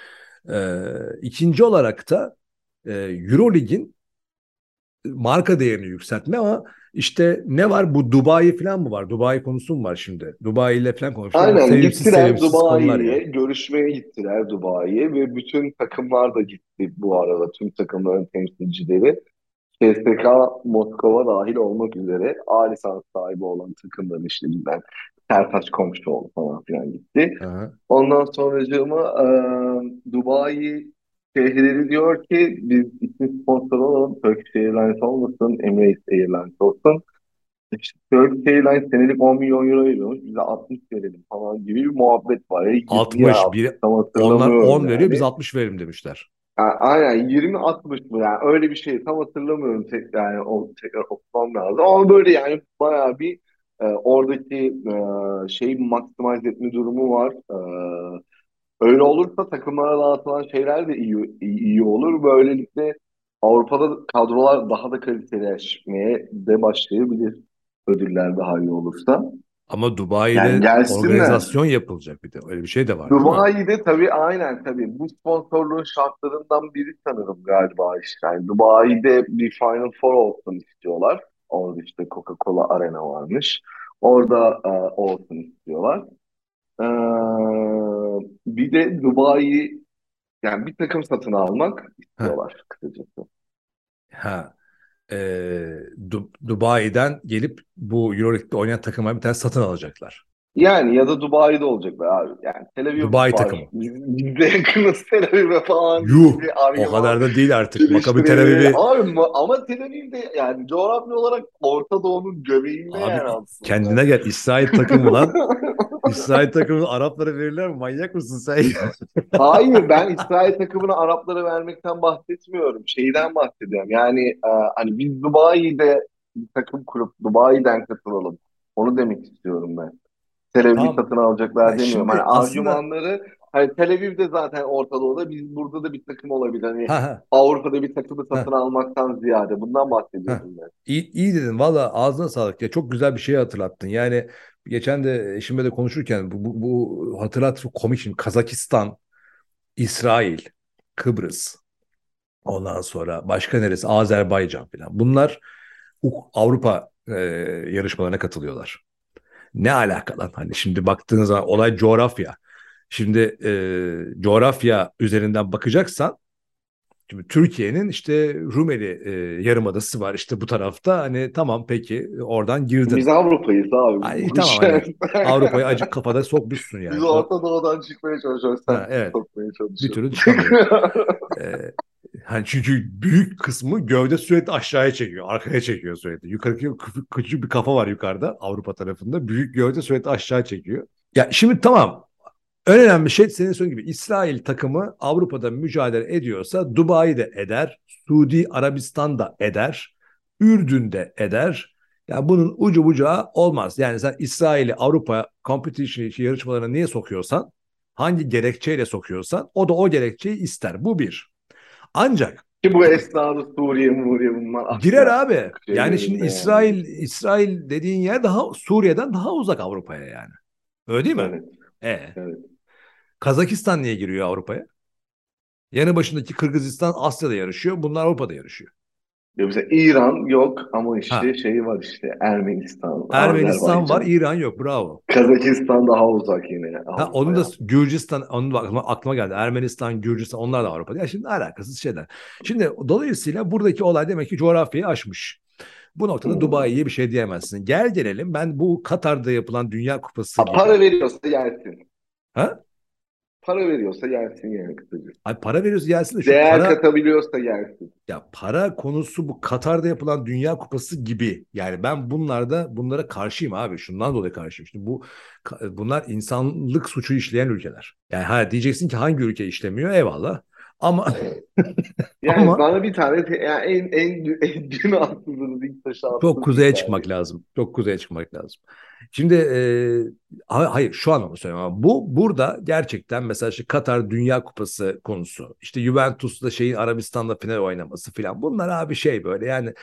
İkinci olarak da Eurolig'in marka değerini yükseltme, ama işte ne var, bu Dubai falan mı var? Dubai konusu mu var şimdi? Dubai ile falan konuşuyor ama Aynen sevimsiz gittiler sevimsiz konular Dubai'ye, ya. görüşmeye gittiler Dubai'ye ve bütün takımlar da gitti bu arada. Tüm takımların temsilcileri. CSKA Moskova dahil olmak üzere A lisans sahibi olan takımların işte bizden Sertaç Komşuoğlu falan filan gitti. Aha. Ondan sonracığıma Dubai şehirleri diyor ki biz isim sponsoru olalım. Turkish Airlines olmasın, Emirates Airlines olsun. İşte Turkish Airlines senelik 10 milyon euro veriyormuş. Bize 60 verelim falan gibi bir muhabbet var. Ya 20 ya 60 60 bir, tam onlar hatırlamıyorum 10 veriyor, biz yani. 60 verim demişler. Aynen 20-60 mı yani öyle bir şey tam hatırlamıyorum yani o tekrar okumam lazım ama böyle yani bayağı bir oradaki şeyi maksimize etme durumu var. Öyle olursa takımlara dağıtılan şeyler de iyi olur. Böylelikle Avrupa'da kadrolar daha da kaliteleşmeye de başlayabilir ödüller daha iyi olursa. Ama Yani Dubai'de gelsinler. organizasyon yapılacak bir de. Öyle bir şey de var değil mi? Dubai'de tabii aynen tabii bu sponsorluğun şartlarından biri sanırım galiba işte. Yani Dubai'de bir Final Four olsun istiyorlar. Orada işte Coca-Cola Arena varmış. Orada olsun istiyorlar. Ee, bir de Dubai yani bir takım satın almak Heh. istiyorlar kısacası. Ha. Dubai'den gelip bu EuroLeague'de oynayan takımlar bir tane satın alacaklar. Yani ya da Dubai'de olacaklar abi. Yani Tel Aviv Dubai var. takımı. Biz de yakınız Tel Aviv'e falan Yuh! gibi bir O argüman kadar da değil artık. Maccabi Tel geliştirebilir. Aviv'i Abi ama Tel Aviv de yani coğrafi olarak Orta Doğu'nun göbeğinde yani abi aslında. kendine gel. İsrail takımı lan. İsrail takımı Araplara verirler mi? Manyak mısın sen? Hayır ben İsrail takımını Araplara vermekten bahsetmiyorum. Şeyden bahsediyorum. Yani hani biz Dubai'de bir takım kurup Dubai'den katılalım. Onu demek istiyorum ben. Tel Aviv'i Tamam. satın alacaklar Ya demiyorum. Hani şimdi aslında argümanları hani Tel Aviv'de zaten Orta Doğu'da biz burada da bir takım olabilir. Hani ha ha Avrupa'da bir takımı satın ha almaktan ziyade bundan ha. bahsediyorum ben. İyi dedin. Valla ağzına sağlık ya. Çok güzel bir şey hatırlattın. Yani geçen de eşimle de konuşurken bu hatırlat, komik şimdi. Kazakistan, İsrail, Kıbrıs, ondan sonra başka neresi? Azerbaycan falan. Bunlar Avrupa yarışmalarına katılıyorlar. Ne alaka lan? Hani şimdi baktığınız zaman olay coğrafya. Şimdi coğrafya üzerinden bakacaksan şimdi Türkiye'nin işte Rumeli Yarımadası var işte bu tarafta. Hani tamam peki oradan girdin. Biz Avrupa'yız abi. Hani tamam Boş hani ver. Avrupa'yı acık kafada sokmuşsun Biz yani. O, Orta Doğu'dan çıkmaya çalışıyoruz. Sen ha, bizi evet, sokmaya bir türlü çalışıyorsun. çıkamıyor. E, Hani çünkü büyük kısmı gövde sürekli aşağıya çekiyor. Arkaya çekiyor sürekli. Yukarı küçük bir kafa var yukarıda Avrupa tarafında. Büyük gövde sürekli aşağı çekiyor. Ya şimdi tamam. En önemli şey senin söylediğin gibi İsrail takımı Avrupa'da mücadele ediyorsa Dubai'de eder, Suudi Arabistan'da eder, Ürdün'de eder. Ya bunun ucu bucağı olmaz. Yani sen İsrail'i Avrupa competition yarışmalarına niye sokuyorsan, hangi gerekçeyle sokuyorsan o da o gerekçeyi ister. Bu bir. Ancak Ki bu esnada Suriye, Muriye bunlar girer aklıma abi. Yani şimdi şeylerinde yani. İsrail dediğin yer daha Suriye'den daha uzak Avrupa'ya yani. Öyle değil mi? Evet, E, evet. Kazakistan niye giriyor Avrupa'ya? Yanı başındaki Kırgızistan Asya'da yarışıyor. Bunlar Avrupa'da yarışıyor. Ya mesela İran yok ama işte Ha, şey var işte Ermenistan, Ermenistan var, Azerbaycan. İran yok. Bravo. Kazakistan daha uzak yine Ha, onu da Avrupa'ya. Gürcistan, onu da aklıma geldi. Ermenistan, Gürcistan onlar da Avrupa'da. Ya şimdi alakasız şeyler. Şimdi dolayısıyla buradaki olay demek ki coğrafyayı aşmış. Bu noktada Hmm. Dubai'ye bir şey diyemezsin. Gel gelelim ben bu Katar'da yapılan Dünya Kupası Ha, gibi. para veriyorsa yersin. Ha? Para veriyorsa yersin yani kısacası. Ay para veriyoruz gelsin de şu Değer para katabiliyorsa yersin. ya para konusu bu Katar'da yapılan Dünya Kupası gibi. Yani ben bunlara karşıyım abi. Şundan dolayı karşıyım. Şimdi bunlar insanlık suçu işleyen ülkeler. Yani ha diyeceksin ki hangi ülke işlemiyor? Eyvallah. Ama Yani ama bana bir tane yani en günahsızını ilk taşı çok attın kuzeye ülkeler çıkmak yani. lazım. Çok kuzeye çıkmak lazım. Şimdi hayır şu anlamda söylüyorum ama burada gerçekten mesela işte Katar Dünya Kupası konusu işte Juventus'la şeyin Arabistan'da final oynaması filan bunlar abi şey böyle yani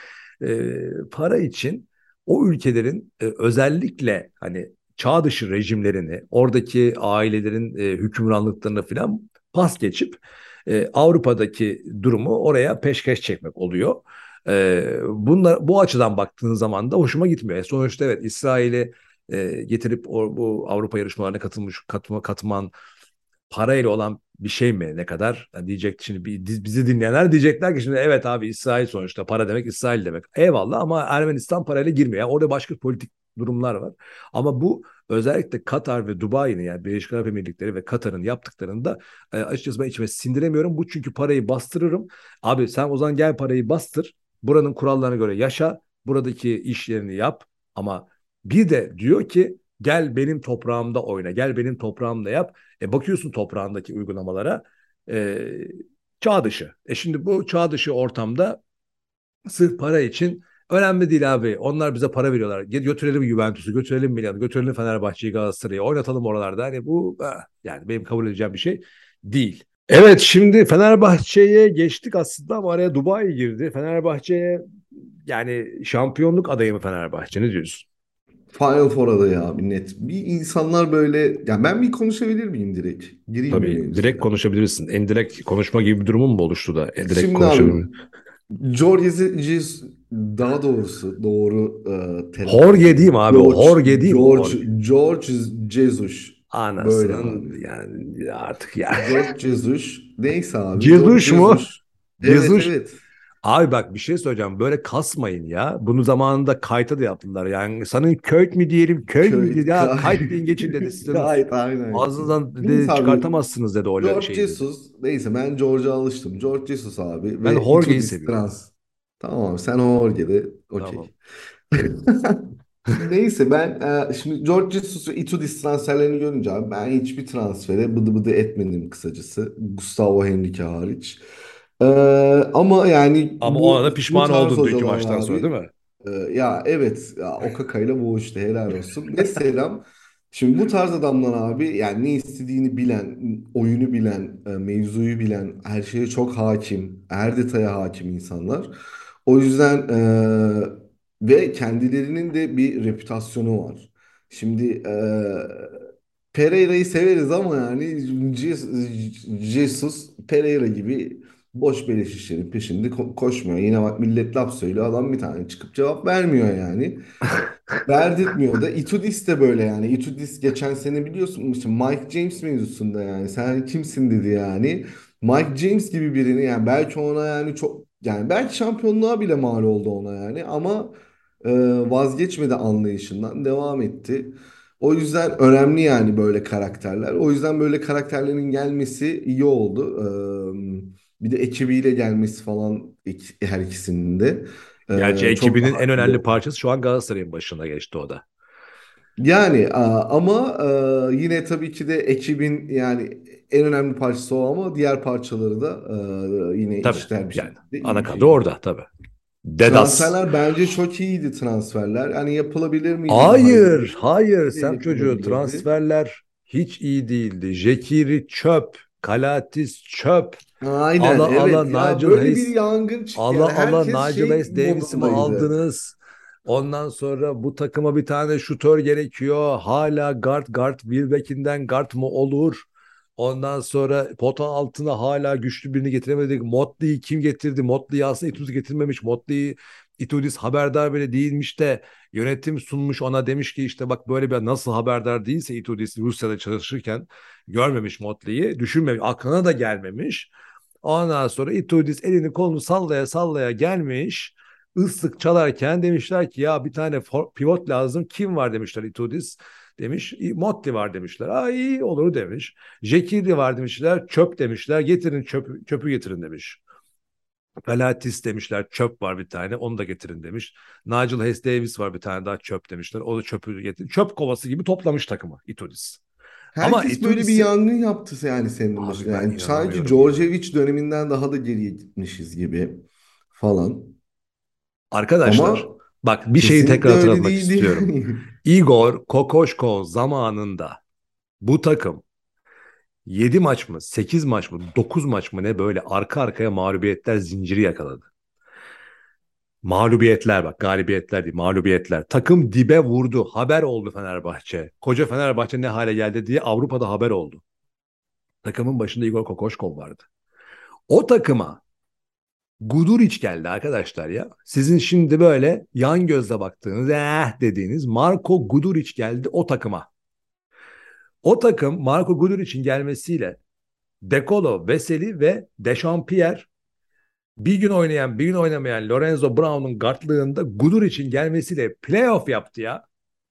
para için o ülkelerin özellikle hani çağ dışı rejimlerini oradaki ailelerin hükümranlıklarını filan pas geçip Avrupa'daki durumu oraya peşkeş çekmek oluyor. Bu açıdan baktığın zaman da hoşuma gitmiyor. Sonuçta evet İsrail'i getirip bu Avrupa yarışmalarına katman parayla olan bir şey mi ne kadar? Yani diyecek şimdi bizi dinleyenler diyecekler ki şimdi evet abi İsrail sonuçta para demek İsrail demek. Eyvallah ama Ermenistan parayla girmiyor. Yani orada başka politik durumlar var. Ama bu özellikle Katar ve Dubai'nin yani Birleşik Arap Emirlikleri ve Katar'ın yaptıklarında açıkçası ben içime sindiremiyorum. Bu çünkü parayı bastırırım. Abi sen o zaman gel parayı bastır. Buranın kurallarına göre yaşa. Buradaki işlerini yap. Ama bir de diyor ki gel benim toprağımda oyna. Gel benim toprağımda yap. Bakıyorsun toprağındaki uygulamalara e, çağ dışı. Şimdi bu çağ dışı ortamda sırf para için önemli değil abi. Onlar bize para veriyorlar. Götürelim Juventus'u, götürelim Milan'ı, götürelim Fenerbahçe'yi, Galatasaray'ı, oynatalım oralarda. Hani bu yani benim kabul edeceğim bir şey değil. Evet şimdi Fenerbahçe'ye geçtik aslında ama araya Dubai girdi. Fenerbahçe'ye yani şampiyonluk adayı mı Fenerbahçe ne diyorsun? Final Four adayı abi net. Bir insanlar böyle ya ben bir konuşabilir miyim direkt? Gireyim mi Tabii direkt mevzuya? konuşabilirsin. En direkt konuşma gibi bir durumun mu oluştu da direkt Şimdi abi konuşabilir. George Jesus daha doğrusu doğru telaffuz Jorge değil mi edeyim. abi o? Jorge değil mi o? Jorge. George Jesus böyle Anasının abi. yani artık ya. George Jesus neyse abi George Cızmış mu? Jesus evet Cızmış. evet. Abi bak bir şey söyleyeceğim. Böyle kasmayın ya. Bunu zamanında kayıta da yaptılar. Yani senin köyt mi diyelim, köy mü Köy dedi ya kayıt deyin geçin dedi. Sizin gayet aynen. ağzınızdan dedi, Neyse abi çıkartamazsınız dedi o George şeyi dedi. Jesus neyse ben George'a alıştım. George Jesus abi Ben ve Jorge'yi Itudis seviyorum. Trans. Tamam sen Jorge'de Tamam. okey. Neyse ben şimdi George Jesus ve Itudis transferlerini görünce abi ben hiçbir transfere bıdı bıdı etmedim kısacası. Gustavo Henrique hariç. E, ama yani Ama ona da bu pişman tarz oldun dünkü hocalar maçtan sonra değil abi mi? ya evet ya, o kakayla boğuştu helal olsun. Ve selam. Şimdi bu tarz adamlar abi yani ne istediğini bilen, oyunu bilen, mevzuyu bilen, her şeye çok hakim, her detaya hakim insanlar. O yüzden ve kendilerinin de bir reputasyonu var. Şimdi Pereira'yı severiz ama yani Jesus Pereira gibi boş beleş işlerin peşinde koşmuyor. Yine bak millet laf söylüyor, adam bir tane çıkıp cevap vermiyor yani. Verdirtmiyor da. Itudis de böyle yani. Itudis geçen sene biliyorsun işte Mike James mevzusunda yani. Sen kimsin dedi yani. Mike James gibi birini yani belki ona yani çok yani belki şampiyonluğa bile mal oldu ona yani ama e, vazgeçmedi anlayışından devam etti. O yüzden önemli yani böyle karakterler. O yüzden böyle karakterlerin gelmesi iyi oldu. Bir de ekibiyle gelmesi falan her ikisinin de Gerçi çok ekibinin daha en iyi önemli oldu. parçası şu an Galatasaray'ın başına geçti o da. Yani ama yine tabii ki de ekibin yani en önemli parçası o ama diğer parçaları da yine Tabii işler bir yani şekilde ana iyi bir kadro şekilde. orada tabii. Dedas. Transferler bence çok iyiydi transferler. Hani yapılabilir miydi daha iyi? Hayır, hayır. Bence de Sem çocuğu yapılabilirdi. transferler hiç iyi değildi. Jekiri çöp. Kalatis çöp. Aynen, Ala ala evet ya, Nigel böyle bir Hayes. yangın çıktı Ala yani ala herkes Nigel şey Hayes Davis'i mi modundaydı. aldınız? Ondan sonra bu takıma bir tane şutör gerekiyor. Hala guard Wilbeck'inden guard mı olur? Ondan sonra pota altına hala güçlü birini getiremedik. Motley'i kim getirdi? Motley'i aslında Itudis getirmemiş. Motley'i Itudis haberdar bile değilmiş de yönetim sunmuş ona, demiş ki işte bak böyle bir, nasıl haberdar değilse Itudis Rusya'da çalışırken görmemiş Motley'i, düşünmemiş, aklına da gelmemiş. Ondan sonra Itudis elini kolunu sallaya sallaya gelmiş. Islık çalarken demişler ki ya bir tane pivot lazım. Kim var demişler Itudis. Demiş Motley var demişler. Aa iyi olur demiş. Jekiri var demişler. Çöp demişler. Getirin çöpü getirin demiş. Pilates demişler, çöp var bir tane, onu da getirin demiş. Nigel Hayes Davis var bir tane daha, çöp demişler. O da çöpü getirin. Çöp kovası gibi toplamış takımı Itudis. Ama Herkes böyle bir Itudis'i yangın yaptı yani senin abi başına. ben Yani sanki inanamıyorum ya. Djordjevic döneminden daha da geriye gitmişiz gibi falan. Arkadaşlar Ama bak bir şeyi tekrar kesinlikle öyle hatırlatmak değildi istiyorum. yani. Igor Kokoşkov zamanında bu takım 7 maç mı, 8 maç mı, 9 maç mı ne böyle arka arkaya mağlubiyetler zinciri yakaladı. Mağlubiyetler, bak galibiyetler değil, mağlubiyetler. Takım dibe vurdu. Haber oldu Fenerbahçe. Koca Fenerbahçe ne hale geldi diye Avrupa'da haber oldu. Takımın başında Igor Kokoşkov vardı. O takıma Guduric geldi arkadaşlar ya. Sizin şimdi böyle yan gözle baktığınız dediğiniz Marko Guduric geldi o takıma. O takım Marko Guduric'in gelmesiyle Dekolo, Veseli ve Dechampierre, bir gün oynayan bir gün oynamayan Lorenzo Brown'un guardlığında Guduric'in gelmesiyle playoff yaptı ya.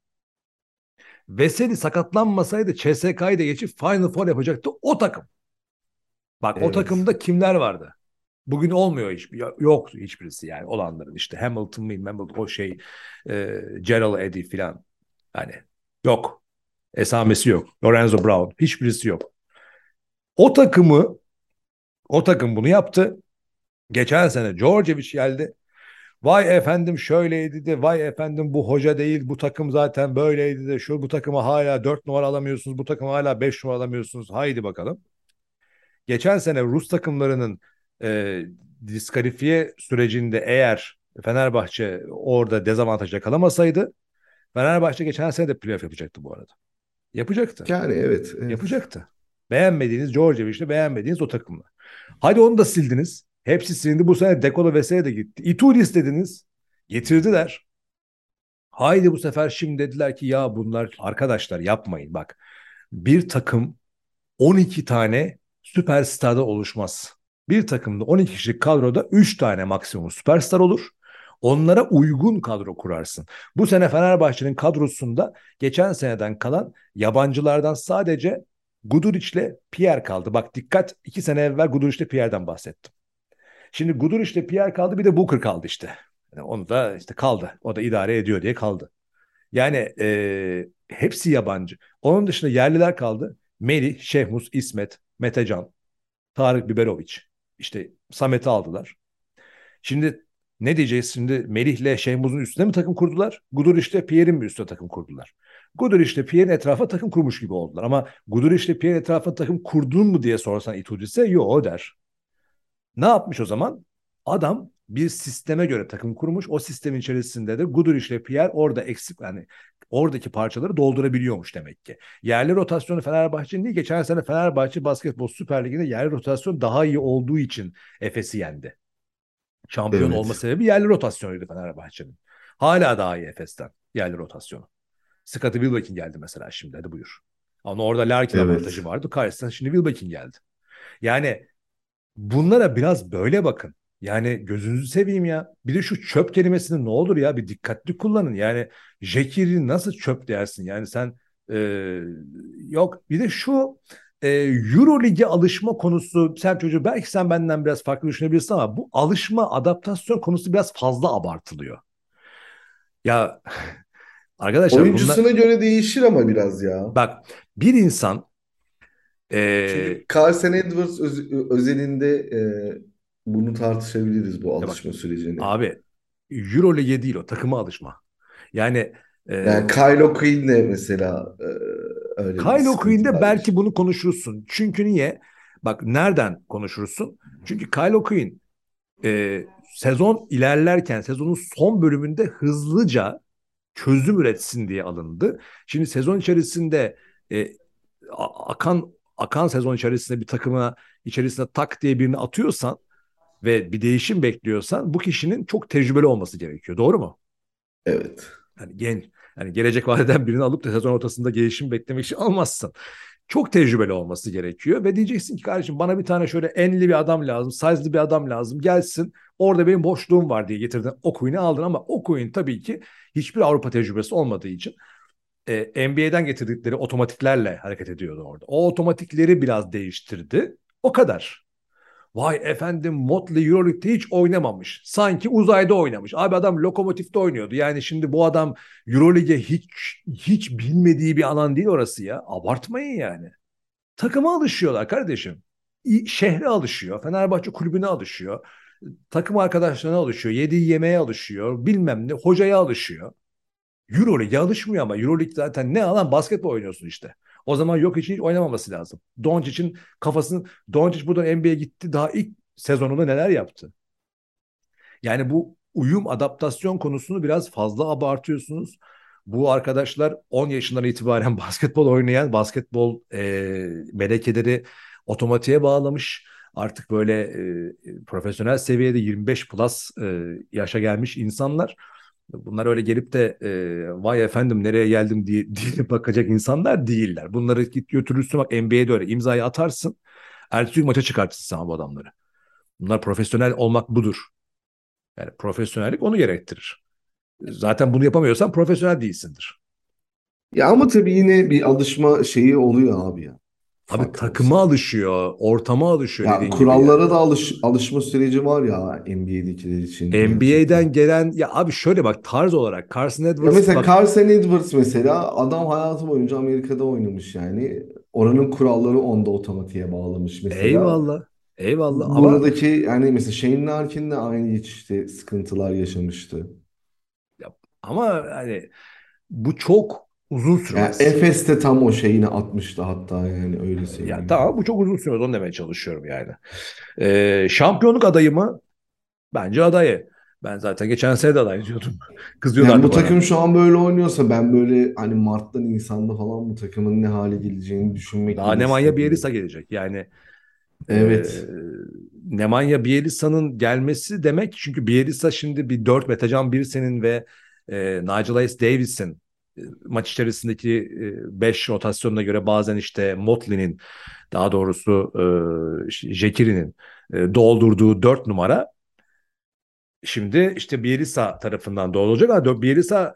Veseli sakatlanmasaydı CSK'yı da geçip Final Four yapacaktı o takım. Bak o Evet. takımda kimler vardı? Bugün olmuyor yoktu hiçbirisi yani olanların, işte Hamilton mı, Hamilton, o şey Gerald Eddy filan. Hani yok. Esamesi yok. Lorenzo Brown hiçbirisi yok. O takımı o takım bunu yaptı. Geçen sene Djordjevic geldi. Vay efendim şöyleydi de, vay efendim bu hoca değil, bu takım zaten böyleydi de, şu bu takıma hala 4 numara alamıyorsunuz, bu takıma hala 5 numara alamıyorsunuz. Haydi bakalım. Geçen sene Rus takımlarının e, diskalifiye sürecinde eğer Fenerbahçe orada dezavantaj yakalamasaydı, Fenerbahçe geçen sene de playoff yapacaktı bu arada. Yapacaktı. Yani evet, evet. Yapacaktı. Beğenmediğiniz Djordjevic'le beğenmediğiniz o takımla. Hadi onu da sildiniz. Hepsi silindi. Bu sene Dekolo Veseli de gitti. Itudis dediniz. Getirdiler. Haydi bu sefer şimdi dediler ki ya bunlar arkadaşlar yapmayın bak. Bir takım 12 tane süperstardan oluşmaz. Bir takımda 12 kişilik kadroda 3 tane maksimum süperstar olur. Onlara uygun kadro kurarsın. Bu sene Fenerbahçe'nin kadrosunda geçen seneden kalan yabancılardan sadece Guduric'le Pierre kaldı. Bak dikkat, 2 sene evvel Guduric'le Pierre'den bahsettim. Şimdi Guduric'le Pierre kaldı, bir de Booker kaldı işte. Yani onu da işte kaldı. O da idare ediyor diye kaldı. Yani hepsi yabancı. Onun dışında yerliler kaldı. Melih, Şehmus, İsmet, Metecan, Tarık Biberoviç. İşte Samet'i aldılar. Şimdi ne diyeceğiz? Şimdi Melih'le Şehmuz'un üstüne mi takım kurdular? Guduric'le Pierre'in mi üstüne takım kurdular? Guduric'le Pierre'in etrafa takım kurmuş gibi oldular. Ama Guduric'le Pierre'in etrafa takım kurdun mu diye sorsan Itudis'e yok der. Ne yapmış o zaman? Adam bir sisteme göre takım kurmuş. O sistemin içerisinde de Guduric ile Pierre orada eksik, yani oradaki parçaları doldurabiliyormuş demek ki. Yerli rotasyonu Fenerbahçe'nin değil. Geçen sene Fenerbahçe Basketbol Süper Ligi'nde yerli rotasyon daha iyi olduğu için Efes'i yendi. Şampiyon olma Evet. sebebi yerli rotasyonuydu Fenerbahçe'nin. Hala daha iyi Efes'ten yerli rotasyonu. Scottie Wilbekin geldi mesela şimdi. Hadi buyur. Ama orada Larkin Evet. avantajı vardı. Karşısına şimdi Wilbekin geldi. Yani bunlara biraz böyle bakın. Yani gözünüzü seveyim ya. Bir de şu çöp kelimesini ne olur ya bir dikkatli kullanın. Yani Jekiri nasıl çöp dersin? Yani sen e, yok bir de şu Euro Lig'e alışma konusu sen çocuğu belki sen benden biraz farklı düşünebilirsin ama bu alışma adaptasyon konusu biraz fazla abartılıyor. Ya arkadaşlar bunlar Oyuncusuna göre değişir ama biraz ya. bak bir insan Çünkü e, Carson Edwards özelinde bunu tartışabiliriz, bu ya bak alışma sürecini. abi Euro Lig'e değil o takıma alışma. Yani Yani Kylo Quinn de mesela öyle bir Kylo Queen'de sıkıntılar belki yaşıyor. bunu konuşursun. Çünkü niye? Bak nereden konuşursun? Çünkü Kylo Quinn sezon ilerlerken sezonun son bölümünde hızlıca çözüm üretsin diye alındı. Şimdi sezon içerisinde e, akan sezon içerisinde bir takıma içerisinde tak diye birini atıyorsan ve bir değişim bekliyorsan bu kişinin çok tecrübeli olması gerekiyor. Doğru mu? Evet. Yani genç, yani gelecek vadeden birini alıp da sezon ortasında gelişim beklemek için almazsın. Çok tecrübeli olması gerekiyor ve diyeceksin ki kardeşim bana bir tane şöyle enli bir adam lazım, size'lı bir adam lazım. Gelsin. Orada benim boşluğum var diye getirdin. Okuyun'u aldın ama Okuyun tabii ki hiçbir Avrupa tecrübesi olmadığı için NBA'den getirdikleri otomatiklerle hareket ediyordu orada. O otomatikleri biraz değiştirdi. O kadar. Vay efendim Motley Euroleague'de hiç oynamamış. Sanki uzayda oynamış. Abi adam Lokomotif'te oynuyordu. Yani şimdi bu adam Euroleague'e hiç bilmediği bir alan değil orası ya. Abartmayın yani. Takıma alışıyorlar kardeşim. Şehre alışıyor. Fenerbahçe kulübüne alışıyor. Takım arkadaşlarına alışıyor. Yediği yemeğe alışıyor. Bilmem ne. Hocaya alışıyor. Euroleague'e alışmıyor ama Euroleague zaten ne alan basketbol oynuyorsun işte. O zaman yok için hiç oynamaması lazım. Doncic'in kafasını Doncic buradan NBA'ye gitti daha ilk sezonunda neler yaptı? Yani bu uyum adaptasyon konusunu biraz fazla abartıyorsunuz. Bu arkadaşlar 10 yaşından itibaren basketbol oynayan basketbol melekeleri otomatiğe bağlamış. Artık böyle profesyonel seviyede 25 plus yaşa gelmiş insanlar. Bunlar öyle gelip de vay efendim nereye geldim diye bakacak insanlar değiller. Bunları git götürürsün bak NBA'de öyle imzayı atarsın. Ertesi gün maça çıkartırsın sana bu adamları. Bunlar profesyonel olmak budur. Yani profesyonellik onu gerektirir. Zaten bunu yapamıyorsan profesyonel değilsindir. Ya ama tabii yine bir alışma şeyi oluyor abi ya. Abi Ufak da olsa. takıma alışıyor, ortama alışıyor Ya dediğin gibi yani. kurallara da alışma süreci var ya NBA'dekiler için gerçekten. NBA'den gelen ya abi şöyle bak tarz olarak Carson Ya Edwards mesela bak Carson Edwards, mesela adam hayatı boyunca Amerika'da oynamış yani. Oranın kuralları onda otomatiğe bağlamış mesela. eyvallah eyvallah ama Buradaki yani mesela Shane Larkin de aynı işte sıkıntılar yaşamıştı. ya, ama hani bu çok uzun Yani sürmez. Efes de tam o şeyini atmıştı hatta, yani öyle Ya söyleyeyim. tamam bu çok uzun sürmez onu demeye çalışıyorum yani. Şampiyonluk adayı mı? Bence adayı. Ben zaten geçen sene de aday diyordum. Yani bu Kızıyorlardı bana. takım şu an böyle oynuyorsa ben böyle hani Mart'ta Nisan'da falan bu takımın ne hale geleceğini düşünmek Daha bile Nemanja Bjelica istemiyorum. gelecek. Yani e, Evet. Nemanja Bjelica'nın gelmesi demek çünkü Bjelica şimdi bir 4 Metecan Birsen'in ve Nigel S. Davis'in maç içerisindeki 5 rotasyonuna göre bazen işte Motley'nin daha doğrusu Jekiri'nin doldurduğu 4 numara şimdi işte Bielisa tarafından doldurulacak ama Bielisa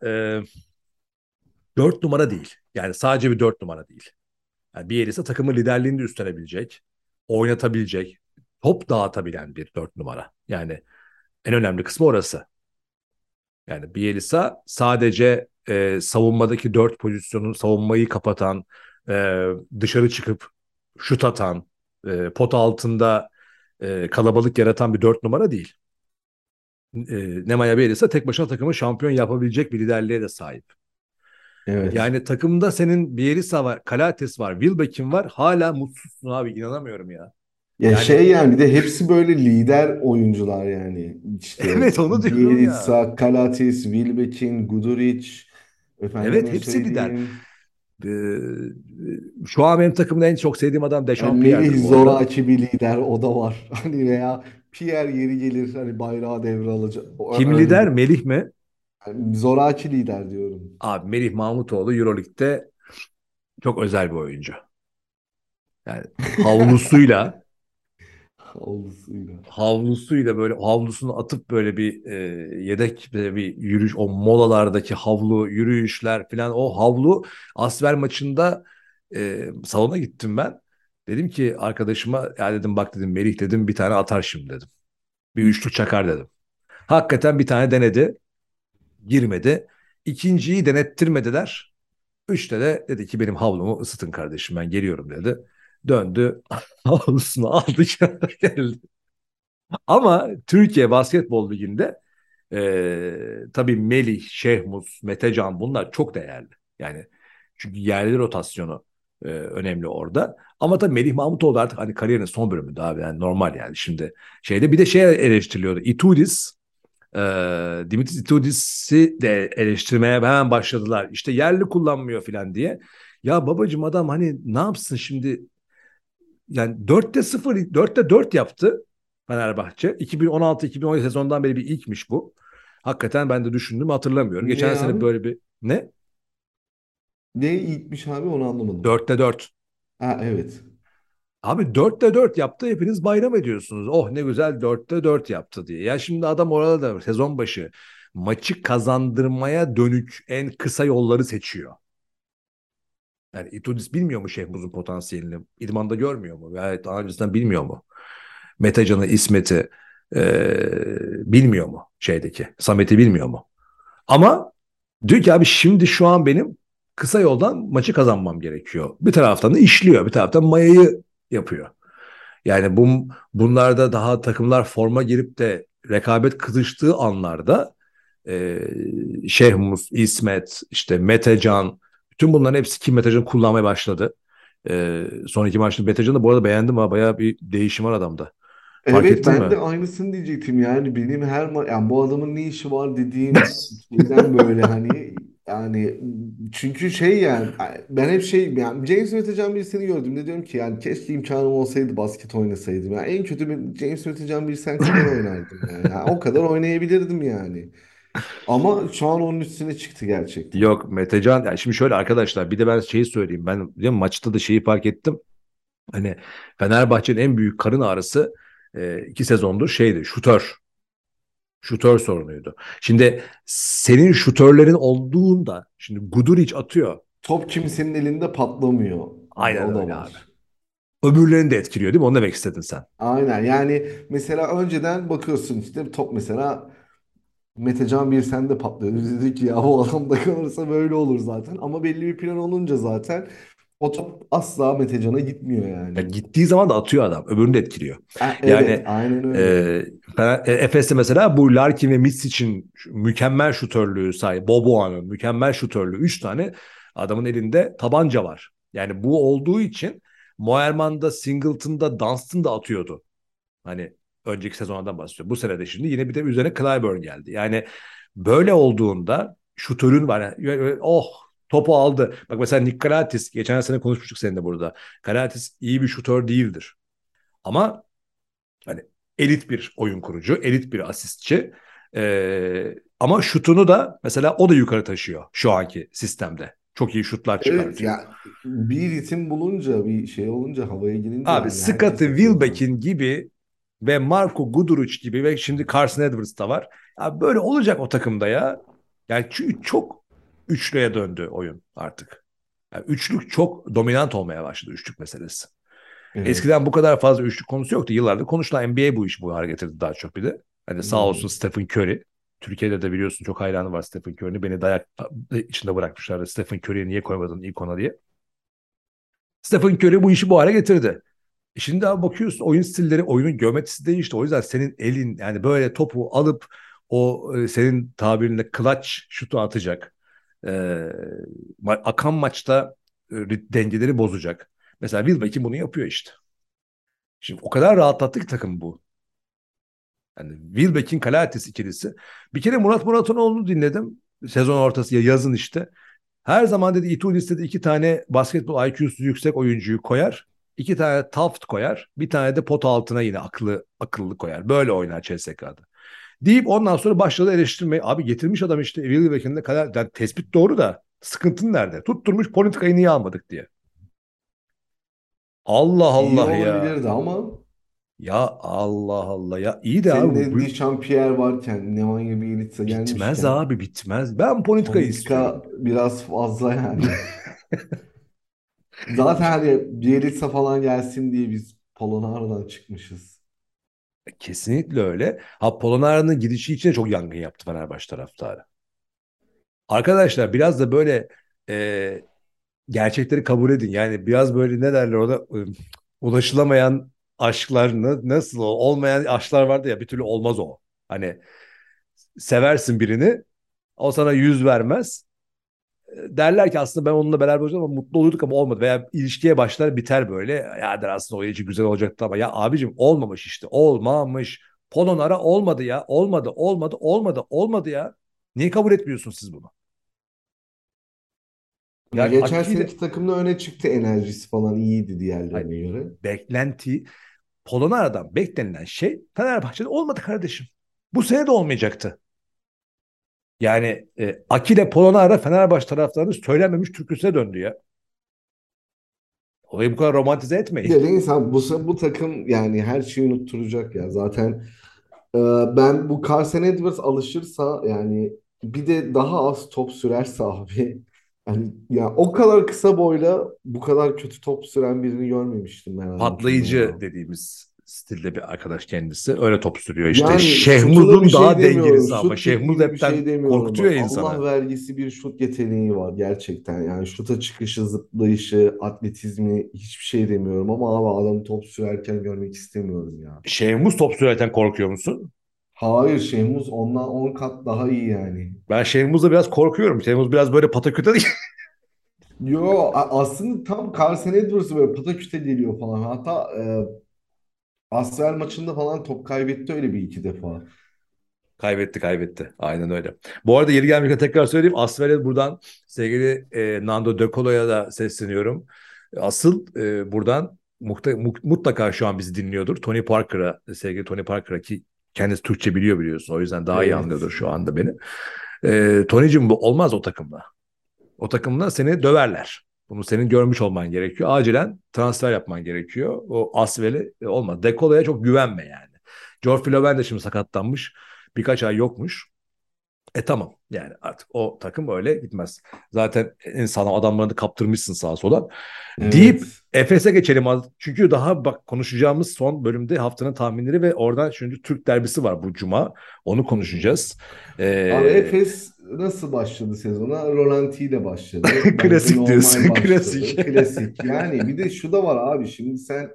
4 numara değil. Yani sadece bir 4 numara değil. Yani Bielisa takımın liderliğini de üstlenebilecek, oynatabilecek, top dağıtabilen bir 4 numara. Yani en önemli kısmı orası. Yani Bielisa sadece savunmadaki 4 pozisyonun savunmayı kapatan, dışarı çıkıp şut atan, pot altında kalabalık yaratan bir 4 numara değil. Nemanja Bjelica tek başına takımı şampiyon yapabilecek bir liderliğe de sahip. Evet. Yani takımda senin Bielisa var, Kalates var, Wilbekin var. Hala mutsuzsun abi inanamıyorum ya. Ya Yani şey, yani bir de hepsi böyle lider oyuncular yani. İşte evet onu diyorum ya. Bielitsa, Kalates, Wilbekin, Guduric. Efendime Evet, hepsi lider. söyleyeyim. Ee, Şu an benim takımda en çok sevdiğim adam Yani Dechampierre'dir Melih bu arada. zoraki bir lider, o da var. Hani veya Pierre yeri gelir hani bayrağı devralacak. Kim Öyle lider? bir Melih mi? yani zoraki lider diyorum. Abi Melih Mahmutoğlu Euroleague'de çok özel bir oyuncu. Yani havlusuyla Olsuyla. havlusuyla böyle havlusunu atıp böyle bir yedek bir yürüyüş, o molalardaki havlu yürüyüşler falan, o havlu Asvel maçında salona gittim ben. Dedim ki arkadaşıma, ya dedim bak dedim, Melih dedim bir tane atar şimdi dedim. Bir üçlük çakar dedim. Hakikaten bir tane denedi, girmedi. İkinciyi denettirmediler. Üçte de dedi ki benim havlumu ısıtın kardeşim, ben geliyorum dedi. Döndü havlusunu aldı geldi. Ama Türkiye Basketbol Ligi'nde tabii Melih, Şehmus, Metecan bunlar çok değerli. Yani çünkü yerli rotasyonu önemli orada. Ama tabii Melih Mahmutoğlu artık hani kariyerinin son bölümünde abi, yani normal yani şimdi şeyde bir de şey eleştiriliyordu. Itudis, e, Dimitris Itudis'i de eleştirmeye hemen başladılar. İşte yerli kullanmıyor falan diye. Ya babacığım adam hani ne yapsın şimdi, yani 4'te 0, 4'te 4 yaptı Fenerbahçe. 2016-2017 sezondan beri bir ilkmiş bu. Hakikaten ben de düşündüm, hatırlamıyorum. Geçen Ne sene abi? böyle bir ne? Ne ilkmiş abi, onu anlamadım. 4'te 4. Ha, evet. Abi 4'te 4 yaptı, hepiniz bayram ediyorsunuz. Oh ne güzel 4'te 4 yaptı diye. Ya şimdi adam orada da sezon başı maçı kazandırmaya dönük en kısa yolları seçiyor. Yani Itudis bilmiyor mu Şehmuz'un potansiyelini? İdman'da görmüyor mu? Veya daha öncesinden bilmiyor mu? Metecan'ı, İsmet'i bilmiyor mu şeydeki? Samet'i bilmiyor mu? Ama diyor ki abi şimdi şu an benim kısa yoldan maçı kazanmam gerekiyor. Bir taraftan da işliyor, bir taraftan mayayı yapıyor. Yani bunlarda daha takımlar forma girip de rekabet kızıştığı anlarda e, Şehmus, İsmet, işte Metecan, bütün bunların hepsi ki Metecan kullanmaya başladı. Son iki maçta Metecan'ı bu arada beğendim ha, bayağı bir değişim var adamda. Fark Evet, ettin ben mi? de aynısını diyecektim. Yani benim yani bu adamın ne işi var dediğim şeyden böyle hani, yani çünkü şey, yani ben hep şey, yani James Ötecan birisini gördüm, diyorum ki yani keşke imkanım olsaydı basket oynasaydım. Yani en kötü bir James Ötecan bir sen kadar oynardım yani. Yani o kadar oynayabilirdim yani. Ama şu an onun üstüne çıktı gerçekten. Yok Metecan, yani şimdi şöyle arkadaşlar, bir de ben şeyi söyleyeyim. Ben değil mi, maçta da şeyi fark ettim. Hani Fenerbahçe'nin en büyük karın ağrısı 2 sezondur şeydi, şutör. Şutör sorunuydu. Şimdi senin şutörlerin olduğunda, şimdi Guduric atıyor. Top kimsenin elinde patlamıyor. Bir de Aynen o da öyle abi. var. Öbürlerini de etkiliyor değil mi? Onu demek istedin sen. Aynen, yani mesela önceden bakıyorsun işte top mesela Metecan bir sende patlıyor. Biz dedik ki ya bu adam da kalırsa böyle olur zaten. Ama belli bir plan olunca zaten o top asla Metecan'a gitmiyor Ya yani. gittiği zaman da atıyor adam. Öbürünü de etkiliyor. Evet, Yani aynen öyle. Efes'te mesela bu Larkin ve Mitsic'in mükemmel şutörlüğü sahip. Boboa'nın mükemmel şutörlüğü. 3 tane adamın elinde tabanca var. Yani bu olduğu için Moerman'da, Singleton'da, Dunstan'da atıyordu. Hani önceki sezondan bahsediyorum. Bu sene de şimdi yine bir de üzerine Clyburn geldi. Yani böyle olduğunda şutörün var. Yani, oh topu aldı. Bak mesela Nick Karatis, geçen sene konuşmuştuk seninle burada. Karatis iyi bir şutör değildir. Ama hani elit bir oyun kurucu, elit bir asistçi. Ama şutunu da mesela o da yukarı taşıyor şu anki sistemde. Çok iyi şutlar Evet çıkartıyor. ya, bir ritim bulunca, bir şey olunca, havaya girince Abi yani Scottie herkes atıyor zaten. Wilbeck'in gibi ve Marco Guduric gibi ve şimdi Carson Edwards da var. Abi böyle olacak o takımda ya. Yani çünkü çok üçlüye döndü oyun artık. Yani üçlük çok dominant olmaya başladı, üçlük meselesi. Evet. Eskiden bu kadar fazla üçlük konusu yoktu. Yıllardır konuşulan NBA bu iş bu hale getirdi daha çok bir de. Hani Hı sağ hı. olsun Stephen Curry. Türkiye'de de biliyorsun çok hayranı var Stephen Curry'nin. Beni dayak içinde bırakmışlardı. Stephen Curry'i niye koymadın ilk ona diye. Stephen Curry bu işi bu hale getirdi. Şimdi abi bakıyorsun oyun stilleri, oyunun geometrisi değişti. O yüzden senin elin yani böyle topu alıp o senin tabirinle clutch şutu atacak. E, Akan maçta dengeleri bozacak. Mesela Wilbekin bunu yapıyor işte. Şimdi o kadar rahatlattı ki takım bu. Yani Wilbekin Kalates ikilisi. Bir kere Murat Muratonoğlu'nu dinledim. Sezon ortası ya yazın işte. Her zaman dedi İTÜ listede 2 tane basketbol IQ'su yüksek oyuncuyu koyar. 2 tane Taft koyar. Bir tane de pot altına yine akıllı koyar. Böyle oynar CSK'da. Deyip ondan sonra başladı eleştirmeye. Abi getirmiş adam işte Will Becken'de kadar. Yani tespit doğru da sıkıntın nerede? Tutturmuş politikayı niye almadık diye. Allah İyi Allah ya. olabilirdi ama Ya Allah Allah ya. İyi de abi senin bu de Pierre varken, Nemanja Bjelica bitmez gelmişken abi bitmez. Ben politikayı politika istiyorum. biraz fazla yani. Zaten hani Bielitsa falan gelsin diye biz Polonara'dan çıkmışız. Kesinlikle öyle. Ha Polonara'nın gidişi için de çok yangın yaptı Fenerbahçe taraftarı. Arkadaşlar biraz da böyle e, gerçekleri kabul edin. Yani biraz böyle ne derler orada ulaşılamayan aşklar nasıl olmayan aşklar vardı ya bir türlü olmaz o. Hani seversin birini o sana yüz vermez. Derler ki aslında ben onunla beraber olacağım ama mutlu olurduk ama olmadı. Veya ilişkiye başlar biter böyle. Ya der aslında o ilişki güzel olacaktı ama ya abicim olmamış işte olmamış. Polonara olmadı ya olmadı ya. Niye kabul etmiyorsunuz siz bunu? Ya Yani geçen Aki'yle seneki takımda öne çıktı, enerjisi falan iyiydi hayır, diğerlerine göre. beklenti Polonara'dan beklenilen şey Fenerbahçe'de olmadı kardeşim. Bu sene de olmayacaktı. Yani Akile Polonara Fenerbahçe taraftarının söylenmemiş türküsüne döndü ya. Olayı bu kadar romantize etmeyin. Bir de insan bu takım yani her şeyi unutturacak ya. Zaten e, ben bu Carson Edwards alışırsa yani bir de daha az top sürerse abi yani ya o kadar kısa boyla bu kadar kötü top süren birini görmemiştim ben hayatımda Patlayıcı ya. dediğimiz stilde bir arkadaş kendisi. Öyle top sürüyor işte. Yani şutuna bir Şehmuz'un şey daha demiyorum. dengelisi ama Şut Şehmuz tekniğine bir şey hepten demiyorum. korkutuyor Bak ya Allah insanı. vergisi bir şut yeteneği var gerçekten. Yani şuta çıkışı, zıplayışı, atletizmi hiçbir şey demiyorum ama abi adamı top sürerken görmek istemiyorum ya. Şehmuz top sürerken korkuyor musun? Hayır, Şehmuz ondan 10 kat daha iyi yani. Ben Şehmuz'da biraz korkuyorum. Şehmuz biraz böyle pataküte Yo, aslında tam Carson Edwards'ı böyle pataküte geliyor falan. Hatta Asfer maçında falan top kaybetti öyle bir iki defa. kaybetti. Aynen öyle. Bu arada yeri gelmişken tekrar söyleyeyim. Asfer'e buradan sevgili Nando De Colo'ya da sesleniyorum. Asıl buradan mutlaka şu an bizi dinliyordur. Tony Parker'a, sevgili Tony Parker'a ki kendisi Türkçe biliyor biliyorsun. O yüzden daha iyi Evet. anlıyordur şu anda beni. Tony'cim bu olmaz o takımla. O takımla seni döverler. Bunu senin görmüş olman gerekiyor. Acilen transfer yapman gerekiyor. O Asvel'e olmaz. De Colo'ya çok güvenme yani. George Floben de şimdi sakatlanmış. Birkaç ay yokmuş. Tamam yani artık o takım öyle gitmez. Zaten en sağlam adamlarını da kaptırmışsın sağa sola. Deyip Evet. Efes'e geçelim. Çünkü daha bak konuşacağımız son bölümde haftanın tahminleri ve oradan şimdi Türk derbisi var bu cuma. Onu Hı hı. konuşacağız. Abi Ee, Efes nasıl başladı sezona? Rolanti ile başladı. Bence klasik normal diyorsun. Klasik. başladı. Klasik. Yani bir de şu da var abi. Şimdi sen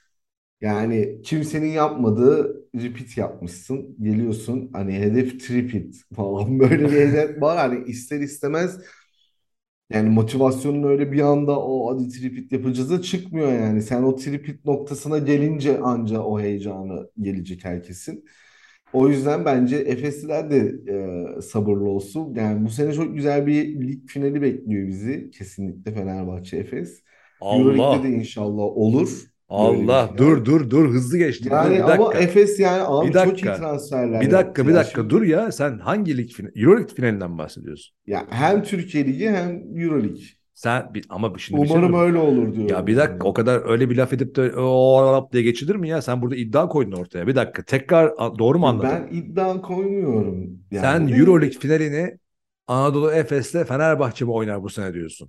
yani kimsenin yapmadığı repeat yapmışsın. Geliyorsun hani hedef tripit falan böyle bir hedef var. Hani ister istemez yani motivasyonun öyle bir anda o hadi tripit yapacağız da çıkmıyor yani. Sen o tripit noktasına gelince anca o heyecanı gelecek herkesin. O yüzden bence Efesliler de sabırlı olsun. Yani bu sene çok güzel bir lig finali bekliyor bizi. Kesinlikle Fenerbahçe Efes. Euroleague'de de Allah. inşallah olur böyle bir Allah. final. Dur. Hızlı geçtin. Dur Yani bir ama dakika. Efes yani Bir abi çok iyi dakika. transferler Bir yaptı dakika. Bir ya. dakika. Dur Şimdi ya. Sen hangi lig Euroleague finalinden bahsediyorsun? ya hem Türkiye Ligi hem Euroleague. Ama şimdi bir şey Umarım söyleyeyim. öyle olur Ya diyorum bir dakika yani. o kadar öyle bir laf edip de o diye geçilir mi ya? Sen burada iddia koydun ortaya. Bir dakika tekrar doğru mu Yo, anladım? ben iddia koymuyorum Sen yani de. Euroleague finalini Anadolu Efes'le Fenerbahçe mi oynar bu sene diyorsun?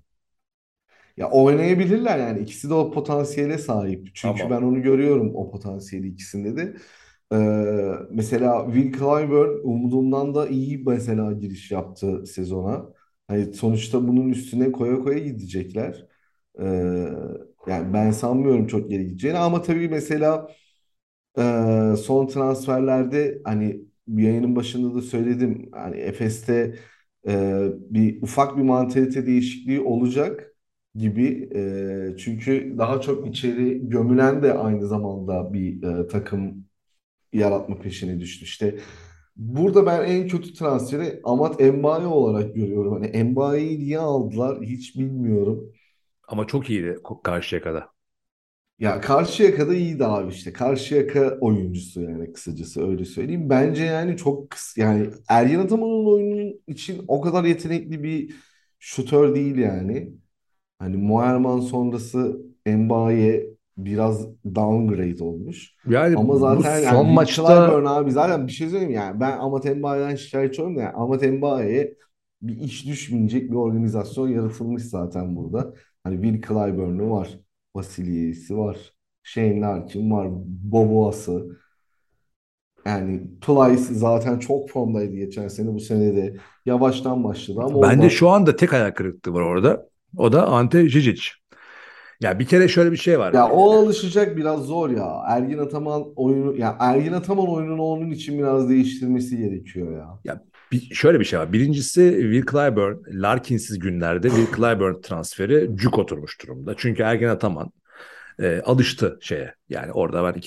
Ya oynayabilirler yani ikisi de o potansiyele sahip. Çünkü Tamam. ben onu görüyorum o potansiyeli ikisinde de. Mesela Will Clyburn umudumdan da iyi mesela giriş yaptı sezona. Hani sonuçta bunun üstüne koya koya gidecekler. Ee, Yani ben sanmıyorum çok geri gideceğini ama tabii mesela son transferlerde hani bir yayının başında da söyledim. Hani Efes'te bir ufak bir mantalite değişikliği olacak gibi. Çünkü daha çok içeri gömülen de aynı zamanda bir takım yaratma peşine düştü. İşte Burada ben en kötü transferi Amat Mbaye olarak görüyorum. Hani Mbaye'yi niye aldılar hiç bilmiyorum. Ama çok iyiydi Karşıyaka'da. Ya Karşıyaka'da iyiydi abi işte. Karşıyaka oyuncusu yani kısacası öyle söyleyeyim. Bence yani çok yani Ergin Ataman'ın oyunun için o kadar yetenekli bir şutör değil yani. Hani Muayerman sonrası Mbaye biraz downgrade olmuş. Yani Ama bu zaten son yani Will maçta Clyburn abi zaten bir şey söyleyeyim yani ben Amat Mbaye'den şikayetçi olmuyorum da yani Amat Mbaye'ye bir iş düşmeyecek bir organizasyon yaratılmış zaten burada. Hani Will Clyburn'u var, Vasily'si var, Shane Larkin var, Boboa'sı. Yani Plyce zaten çok formdaydı geçen sene bu sene de yavaştan başladı ama bende olmaz. şu anda tek ayak kırıklığı var orada. O da Ante Žižić. Ya bir kere şöyle bir şey var. Ya o alışacak biraz zor ya. Ergin Ataman oyunu ya Ergin Ataman oyununu onun için biraz değiştirmesi gerekiyor ya. Ya şöyle bir şey var. Birincisi Will Clyburn, Larkin'siz günlerde Will Clyburn transferi cuk oturmuş durumda. Çünkü Ergin Ataman alıştı şeye. Yani orada var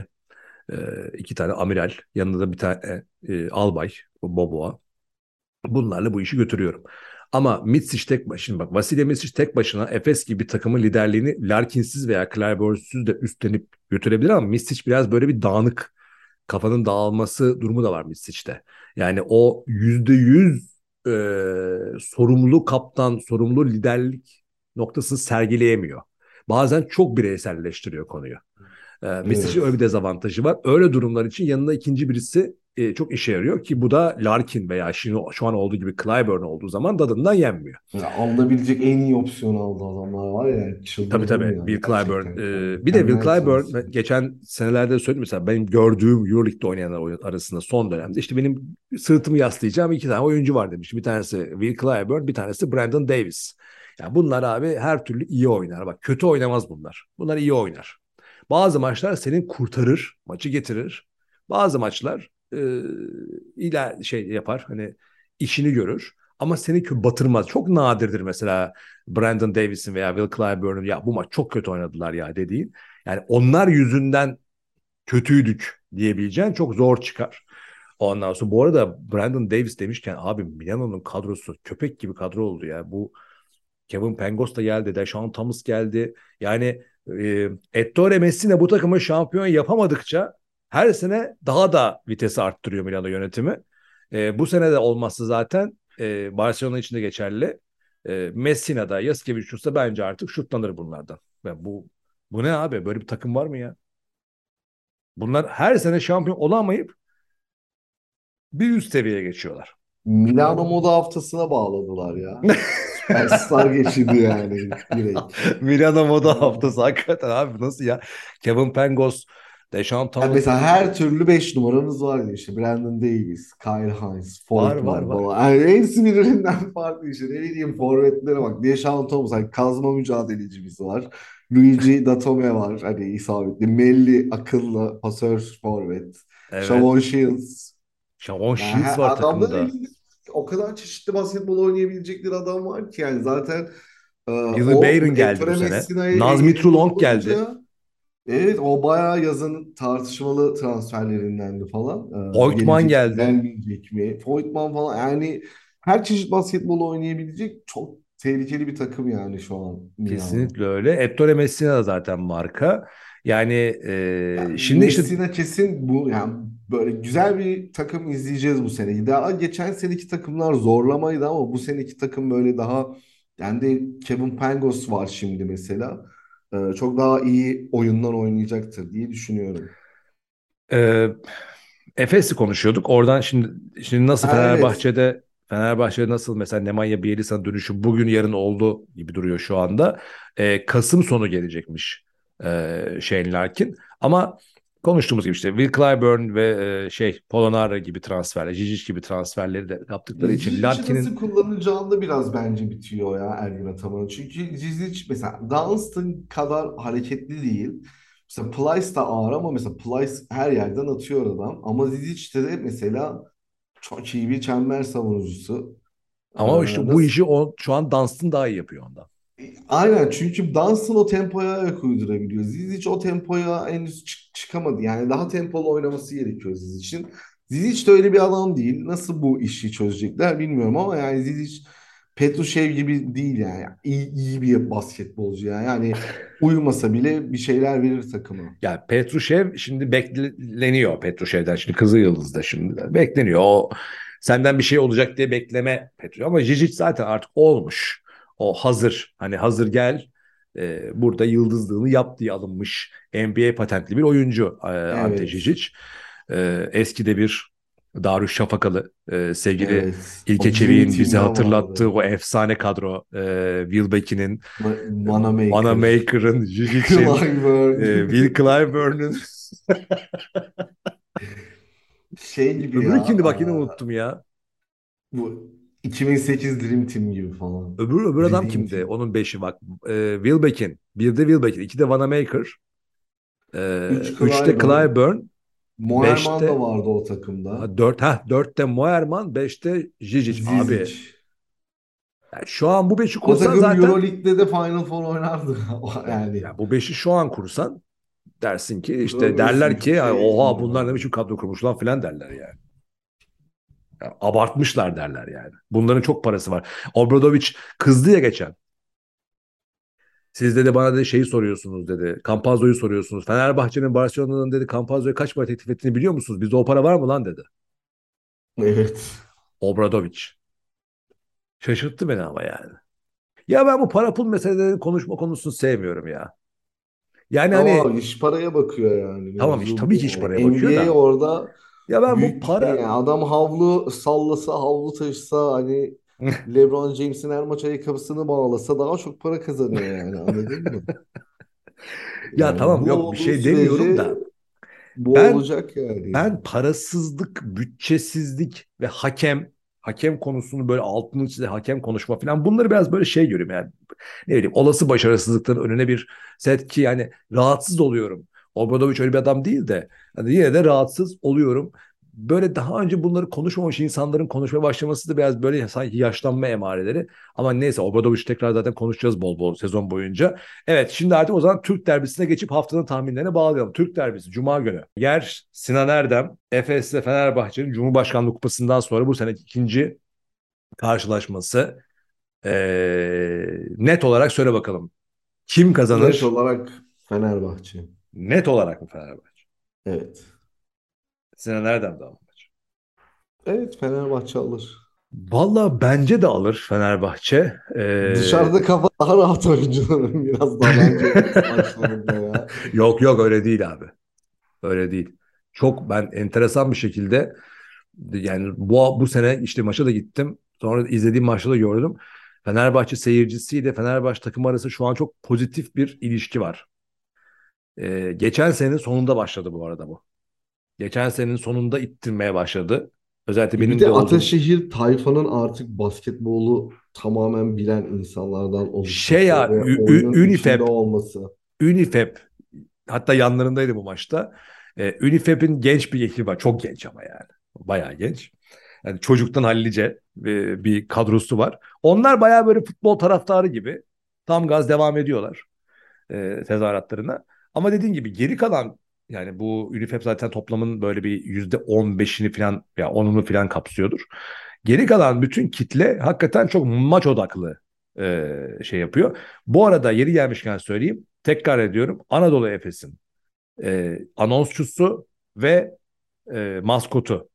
iki tane amiral, yanında da bir tane albay, Boboa. Bunlarla bu işi götürüyorum. Ama Mitsic tek başına bak Vasilya Mitsic tek başına Efes gibi takımın liderliğini Larkin'siz veya Clyburn'suz da üstlenip götürebilir ama Mitsic biraz böyle bir dağınık kafanın dağılması durumu da var Misic'te. Yani o %100 sorumlu kaptan, sorumlu liderlik noktasını sergileyemiyor. Bazen çok bireyselleştiriyor konuyu. Mesic'in öyle bir Evet. dezavantajı var. Öyle durumlar için yanına ikinci birisi çok işe yarıyor ki bu da Larkin veya şimdi şu an olduğu gibi Clyburn olduğu zaman tadından yenmiyor. Ya alınabilecek en iyi opsiyon aldı adamlar var ya Tabii çıldırdım tabii ya Will Clyburn. gerçekten. Yani Bir de Will mükemmel Clyburn transfer. geçen senelerde söyledim mesela benim gördüğüm Euroleague'de oynayanlar arasında son dönemde işte benim sırtımı yaslayacağım iki tane oyuncu var demiş. Bir tanesi Will Clyburn, bir tanesi Brandon Davis. Yani bunlar abi her türlü iyi oynar. Bak kötü oynamaz bunlar. Bunlar iyi oynar. Bazı maçlar senin kurtarır, maçı getirir. Bazı maçlar şey yapar hani işini görür. Ama seni batırmaz. Çok nadirdir mesela Brandon Davis'in veya Will Clyburn'un ya bu maç çok kötü oynadılar ya dediğin. Yani onlar yüzünden kötüydük diyebileceğin çok zor çıkar. Ondan sonra bu arada Brandon Davis demişken abi Milano'nun kadrosu köpek gibi kadro oldu ya. Bu Kevin Pangos da geldi. Deshaun Thomas geldi. Yani Ettore Messina bu takımı şampiyon yapamadıkça her sene daha da vitesi arttırıyor Milano yönetimi. Bu sene de olmazsa zaten Barcelona için de geçerli. Messina da Yasikevicius da bence artık şutlanır bunlardan. Ve bu ne abi? Böyle bir takım var mı ya? Bunlar her sene şampiyon olamayıp bir üst seviyeye geçiyorlar. Milano Moda haftasına bağladılar ya. Süperstar geçidi yani direkt. Milano Moda Aa. haftası hakikaten abi nasıl ya? Kevin Pangos, Deshaun Yani Thomas mesela her türlü 5 numaramız vardı işte. Brandon Davis, Kyle Hines, Voigtman var. falan. Yani hepsi birbirinden farklı işte. Ne bileyim forvetlere bak. Deshaun Thomas, hani kazma mücadelecimiz var. Luigi Datome var. Hani isabetli. Melli akıllı pasör forvet. Shavon Evet. Shields. Shavon Yani Shields var adamların takımda. elinde o kadar çeşitli basketbol oynayabilecekleri adam var ki yani zaten Billy o Bayron geldi bu Ettore sene. Messina'yı Naz elinde Mitrulong geldi. bulunca evet o bayağı yazın tartışmalı transferlerindendi falan. Voigtman Gelecek mi geldi. gelmeyecek mi? Voigtman falan yani her çeşit basketbol oynayabilecek çok tehlikeli bir takım yani şu an Milano. Kesinlikle öyle. Ettore Messina da zaten marka. Yani Yani şimdi işte Messina kesin bu yani böyle güzel bir takım izleyeceğiz bu sene. Daha geçen seneki takımlar zorlamaydı ama bu seneki takım böyle daha yani de Kevin Pangos var şimdi mesela. Çok daha iyi oyundan oynayacaktır diye düşünüyorum. e, Efes'i konuşuyorduk. Oradan şimdi nasıl Ha, evet. Fenerbahçe'de nasıl mesela Nemanja Bjelica dönüşü bugün yarın oldu gibi duruyor şu anda. Kasım sonu gelecekmiş Shane Larkin. Ama konuştuğumuz gibi işte Will Clyburn ve Polonara gibi transferler, Žižić gibi transferleri de yaptıkları için Zizic'i nasıl Larkin'in kullanacağında biraz bence bitiyor ya Ergin Ataman. Çünkü Zizic mesela Dunstan kadar hareketli değil. Mesela Plyce da ağır ama mesela Plyce her yerden atıyor adam. Ama Zizic de mesela çok iyi bir çember savunucusu. Ee, ama işte bu nasıl işi şu an Dunstan daha iyi yapıyor ondan. Aynen, çünkü Dunstan o tempoya ayak uydurabiliyor. Zizic o tempoya henüz çıkamadı. Yani daha tempolu oynaması gerekiyor Zizic'in. Zizic de öyle bir adam değil. Nasıl bu işi çözecekler bilmiyorum ama yani Zizic Petrushev gibi değil yani. İyi bir basketbolcu yani. Yani uyumasa bile bir şeyler verir takıma. Ya Petrushev şimdi bekleniyor Petrushev'den. Şimdi Kızılyıldız'da şimdi bekleniyor. O senden bir şey olacak diye bekleme Petrushev. Ama Žižić zaten artık olmuş. O hazır. Hani hazır gel burada yıldızlığını yap diye alınmış NBA patentli bir oyuncu Ante Evet. Žižić. Eski de bir Darüşşafakalı sevgili Evet. İlke O Dream Çevik'in bize Team'de hatırlattığı vardı. o efsane kadro Wilbeck'in, Wanamaker. Wanamaker'ın, Žžić'in, Clyburn. Will Clyburn'un. Şey gibi Öbürü ya. kimdi bak yine unuttum ya. Bu 2008 Dream Team gibi falan. Öbür adam Dream kimdi? Team. Onun beşi bak. Wilbeck'in. Bir de Wilbeck'in. İki de Wanamaker. 3 Üçte Clyburn. Clyburn. Moerman da Beşte vardı o takımda. dörtte Moerman. Beşte Žižić. Abi Zizic. yani şu an bu beşi O kursan takım zaten Euroleague'de de Final Four oynardı. Yani ya bu beşi şu an kursan dersin ki işte kuramıyorsun derler ki hiçbir "Ya, şey oha ekmiyor bunlar ne yani. biçim kadro kurmuş lan filan derler yani. Ya, abartmışlar derler yani. Bunların çok parası var. Obradovic kızdı ya geçen. Siz de bana dedi şeyi soruyorsunuz dedi. Campazzo'yu soruyorsunuz. Fenerbahçe'nin Barcelona'nın dedi Campazzo'ya kaç para teklif ettiğini biliyor musunuz? Bizde o para var mı lan dedi. Evet. Obradovic. Şaşırttı beni ama yani. Ya ben bu para pul meselelerini konuşma konusunu sevmiyorum ya. Yani Tamam hani abi, iş paraya bakıyor yani. tamam iş Mevzu tabii bu ki iş yani. paraya bakıyor NBA da. orada Ya ben bu büyük bir şey para yani. Adam havlu sallasa, havlu taşısa, hani LeBron James'in her maç ayakkabısını bağlasa daha çok para kazanıyor yani, anladın mı? ya Yani tamam bu yok bir olduğu şey demiyorum sürece da bu ben olacak yani. ben parasızlık, bütçesizlik ve hakem konusunu böyle altını çize hakem konuşma falan bunları biraz böyle şey görüyorum yani. Ne bileyim olası başarısızlıkların önüne bir set ki yani rahatsız oluyorum. Obradoviç öyle bir adam değil de hani yine de rahatsız oluyorum. Böyle daha önce bunları konuşmamış insanların konuşmaya başlaması da biraz böyle sanki yaşlanma emareleri. Ama neyse Obradoviç tekrar zaten konuşacağız bol bol sezon boyunca. Evet şimdi artık o zaman Türk derbisine geçip haftanın tahminlerine bağlayalım. Türk derbisi Cuma günü. Yer Sinan Erdem, Efes ile Fenerbahçe'nin Cumhurbaşkanlığı Kupası'ndan sonra bu sene ikinci karşılaşması. Net olarak söyle bakalım. Kim Net kazanır? olarak Fenerbahçe. Net olarak mı Fenerbahçe? Evet. Sinan nereden de alır? Evet, Fenerbahçe alır. Valla bence de alır Fenerbahçe. Dışarıda kafa daha rahat oyuncuların biraz daha bence Efes maçlarında ya. Yok yok öyle değil abi. Öyle değil. Çok ben enteresan bir şekilde yani bu sene işte maça da gittim. Sonra izlediğim maçta da gördüm. Fenerbahçe seyircisiyle Fenerbahçe takım arası şu an çok pozitif bir ilişki var. Geçen senenin sonunda başladı bu arada bu. Geçen senenin sonunda ittirmeye başladı. Özellikle Bir benim de de olduğum Ataşehir tayfanın artık basketbolu tamamen bilen insanlardan şey oluşması ya ve oyunun içinde Unifep olması. Unifep hatta yanlarındaydı bu maçta. Unifep'in genç bir ekibi var. Çok genç ama yani. Bayağı genç. Yani çocuktan hallice bir kadrosu var. Onlar bayağı böyle futbol taraftarı gibi tam gaz devam ediyorlar tezahüratlarına. Ama dediğin gibi geri kalan yani bu UNICEF zaten toplamın böyle bir %15'ini falan ya 10'unu falan kapsıyordur. Geri kalan bütün kitle hakikaten çok maç odaklı şey yapıyor. Bu arada yeri gelmişken söyleyeyim. Tekrar ediyorum. Anadolu Efes'in anonsçusu ve maskotu.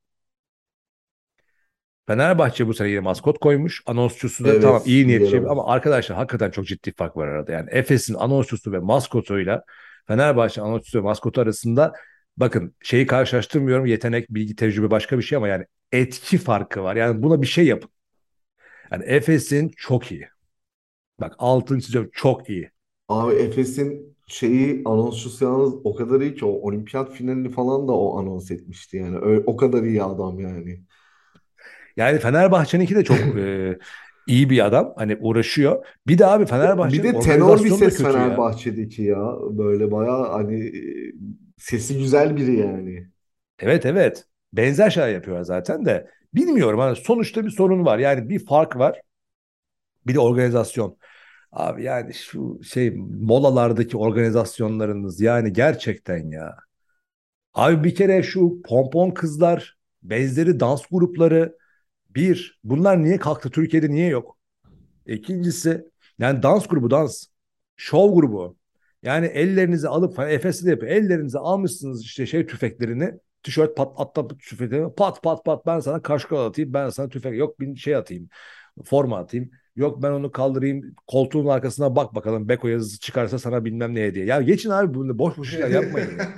Fenerbahçe bu sene yine maskot koymuş. Anonsçusu da tamam Evet, iyi niyetli biliyorum. ama arkadaşlar hakikaten çok ciddi fark var arada. Yani Efes'in anonsçusu ve maskotuyla Fenerbahçe anonsçusu ve maskotu arasında bakın şeyi karşılaştırmıyorum. Yetenek, bilgi, tecrübe başka bir şey ama yani etki farkı var. Yani buna bir şey yapın. Yani Efes'in çok iyi. Bak altını çiziyorum çok iyi. Abi Efes'in anonsçusu yalnız o kadar iyi ki o olimpiyat finalini falan da o anons etmişti yani. O kadar iyi adam yani. Yani Fenerbahçe'ninki de çok iyi bir adam. Hani uğraşıyor. Bir de abi Bir Fenerbahçe'nin de tenor bir organizasyonu da ses kötü ya. Fenerbahçe'deki ya. Böyle bayağı hani sesi güzel biri yani. Evet evet. Benzer şeyler yapıyorlar zaten de. Bilmiyorum hani sonuçta bir sorun var. Yani bir fark var. Bir de organizasyon. Abi yani şu şey molalardaki organizasyonlarınız yani gerçekten ya. Abi bir kere şu pompon kızlar, benzeri dans grupları bunlar niye kalktı Türkiye'de niye yok? İkincisi yani dans grubu dans. Şov grubu. Yani ellerinizi alıp hani Efes'te de yapıyor. Ellerinizi almışsınız işte şey tüfeklerini. Tişört pat atla tüfeklerini pat pat pat ben sana kaşkol atayım. Ben sana tüfek yok bir şey atayım. Forma atayım. Yok ben onu kaldırayım koltuğun arkasına bak bakalım Beko yazısı çıkarsa sana bilmem ne hediye. Ya geçin abi bunu boş boş işler yapmayın ya.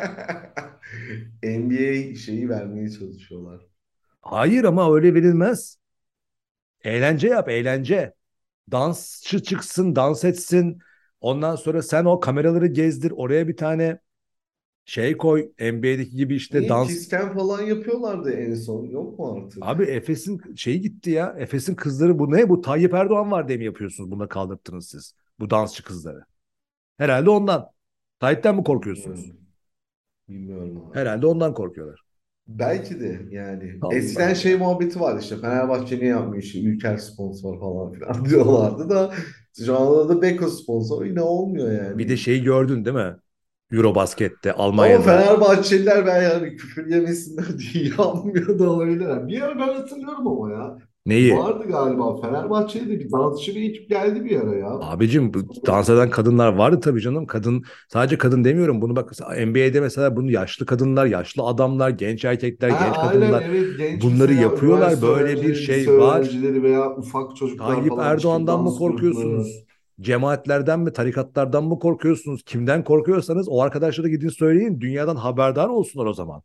NBA şeyi vermeye çalışıyorlar. Hayır ama öyle verilmez. Eğlence yap eğlence. Dansçı çıksın, dans etsin. Ondan sonra sen o kameraları gezdir. Oraya bir tane şey koy. NBA'deki gibi işte Niye dans. Kisken falan yapıyorlardı en son? Yok mu Abi artık? Efes'in şeyi gitti ya. Efes'in kızları bu ne? Bu Tayyip Erdoğan var diye mi yapıyorsunuz? Bunu kaldırttınız siz. Bu dansçı kızları. Herhalde ondan. Tayyip'ten mi korkuyorsunuz? Bilmiyorum. Bilmiyorum abi. Herhalde ondan korkuyorlar. Belki de yani. Allah Eskiden şey Allah. muhabbeti vardı işte. Fenerbahçe ne yapmıyor işte. Ülker sponsor falan filan diyorlardı da. Şu anda da Beko sponsor yine olmuyor Bir de yani. şeyi gördün değil mi? Eurobasket'te Ama Almanya'da. Fenerbahçeliler ben yani küfür yemesinler diye yapmıyor da öyle. Bir ara ben hatırlıyorum ama ya. Neyi? Vardı galiba. Fenerbahçe'de de bir dansçı bir ekip geldi bir ara ya. Abicim bu dans eden kadınlar vardı tabii canım. Kadın sadece kadın demiyorum. Bunu bak NBA'de mesela bunu yaşlı kadınlar, yaşlı adamlar, genç erkekler, Ha, genç aynen kadınlar evet genç bunları mesela yapıyorlar. üniversite Böyle bir öğrencileri, lise şey var. öğrencileri veya ufak çocuklar Tayyip falan çıkıp Erdoğan'dan mı dans grupları. korkuyorsunuz? Cemaatlerden mi, tarikatlardan mı korkuyorsunuz? Kimden korkuyorsanız o arkadaşlara gidin söyleyin. Dünyadan haberdar olsunlar o zaman.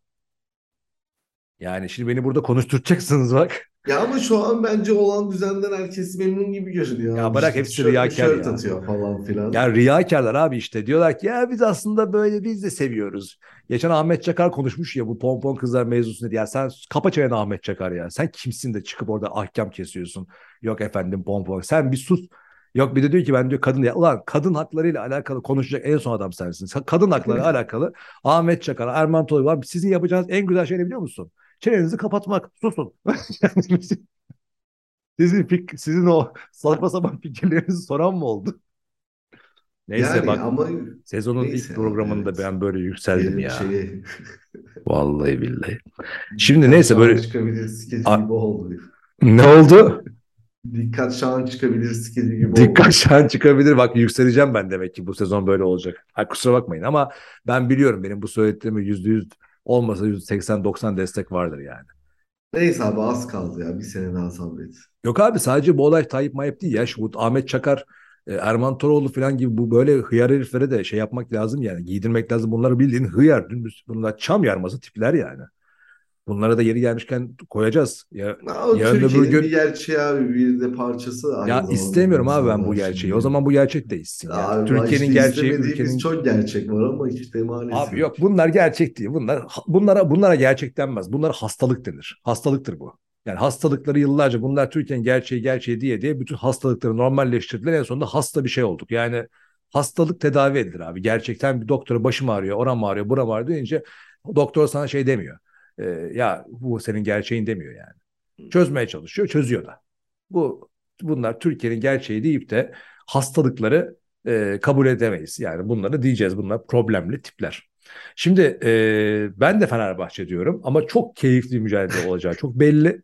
Yani şimdi beni burada konuşturacaksınız bak. Ya ama şu an bence olan düzenden herkes memnun gibi görünüyor Ya abi. bırak İşte hepsi tişört riyakar mişört ya. atıyor falan filan. Ya riyakarlar abi işte diyorlar ki ya biz aslında böyle biz de seviyoruz. Geçen Ahmet Çakar konuşmuş ya bu pompon kızlar mevzusunda. Ya sen kapa çeneni Ahmet Çakar ya. Sen kimsin de çıkıp orada ahkam kesiyorsun. Yok efendim pompon. Sen bir sus. Yok bir de diyor ki ben diyor kadın ya. Ulan kadın haklarıyla alakalı konuşacak en son adam sensin. Kadın hakları alakalı Ahmet Çakar, Erman Toroğlu var. Sizin yapacağınız en güzel şey ne biliyor musun? Çenenizi kapatmak. Susun. Yani sizin o saçma sapan fikirlerinizi soran mı oldu? Neyse Yani bak ama sezonun ilk neyse abi programında evet. ben böyle yükseldim Gelin ya. şeye Vallahi billahi. Şimdi dikkat neyse şahan böyle çıkabilir skeci A- gibi oldu. ne oldu? Dikkat şahan çıkabilir skeci gibi Dikkat oldu. şu an çıkabilir. Bak yükseleceğim ben demek ki bu sezon böyle olacak. Ha, kusura bakmayın ama ben biliyorum benim bu söylediklerime %100 olmasa %80-90 destek vardır yani. Neyse abi az kaldı ya. Bir sene daha sabret. Yok abi sadece bu olay Tayyip Mayıp değil ya. Şu bu Ahmet Çakar, Erman Toroğlu falan gibi bu böyle hıyar heriflere de şey yapmak lazım yani. Giydirmek lazım. Bunları bildiğin hıyar. Dümdüz, bunlar çam yarması tipler yani. Bunlara da yeri gelmişken koyacağız. Ya, Ama o yarın öbür Türkiye'nin bir gün gerçeği abi. Bir de parçası aynı ya zamanda bu istemiyorum abi ben bu insanlar gerçeği. O şimdi. zaman bu gerçek değilsin ya. Abi Türkiye'nin işte gerçeği istemediğimiz ülkenin çok gerçek var ama işte abi maalesef. yok bunlar gerçek değil. Bunlara gerçek denmez. Bunlara hastalık denir. Hastalıktır bu. Yani hastalıkları yıllarca bunlar Türkiye'nin gerçeği diye bütün hastalıkları normalleştirdiler. En sonunda hasta bir şey olduk. Yani hastalık tedavi edilir abi. Gerçekten bir doktora başım ağrıyor, oram ağrıyor, buram ağrıyor deyince doktor sana şey demiyor. Ya bu senin gerçeğin demiyor yani. Çözmeye çalışıyor, çözüyor da. Bunlar Türkiye'nin gerçeği deyip de hastalıkları kabul edemeyiz. Yani bunları diyeceğiz. Bunlar problemli tipler. Şimdi ben de Fenerbahçe diyorum ama çok keyifli bir mücadele olacağı çok belli.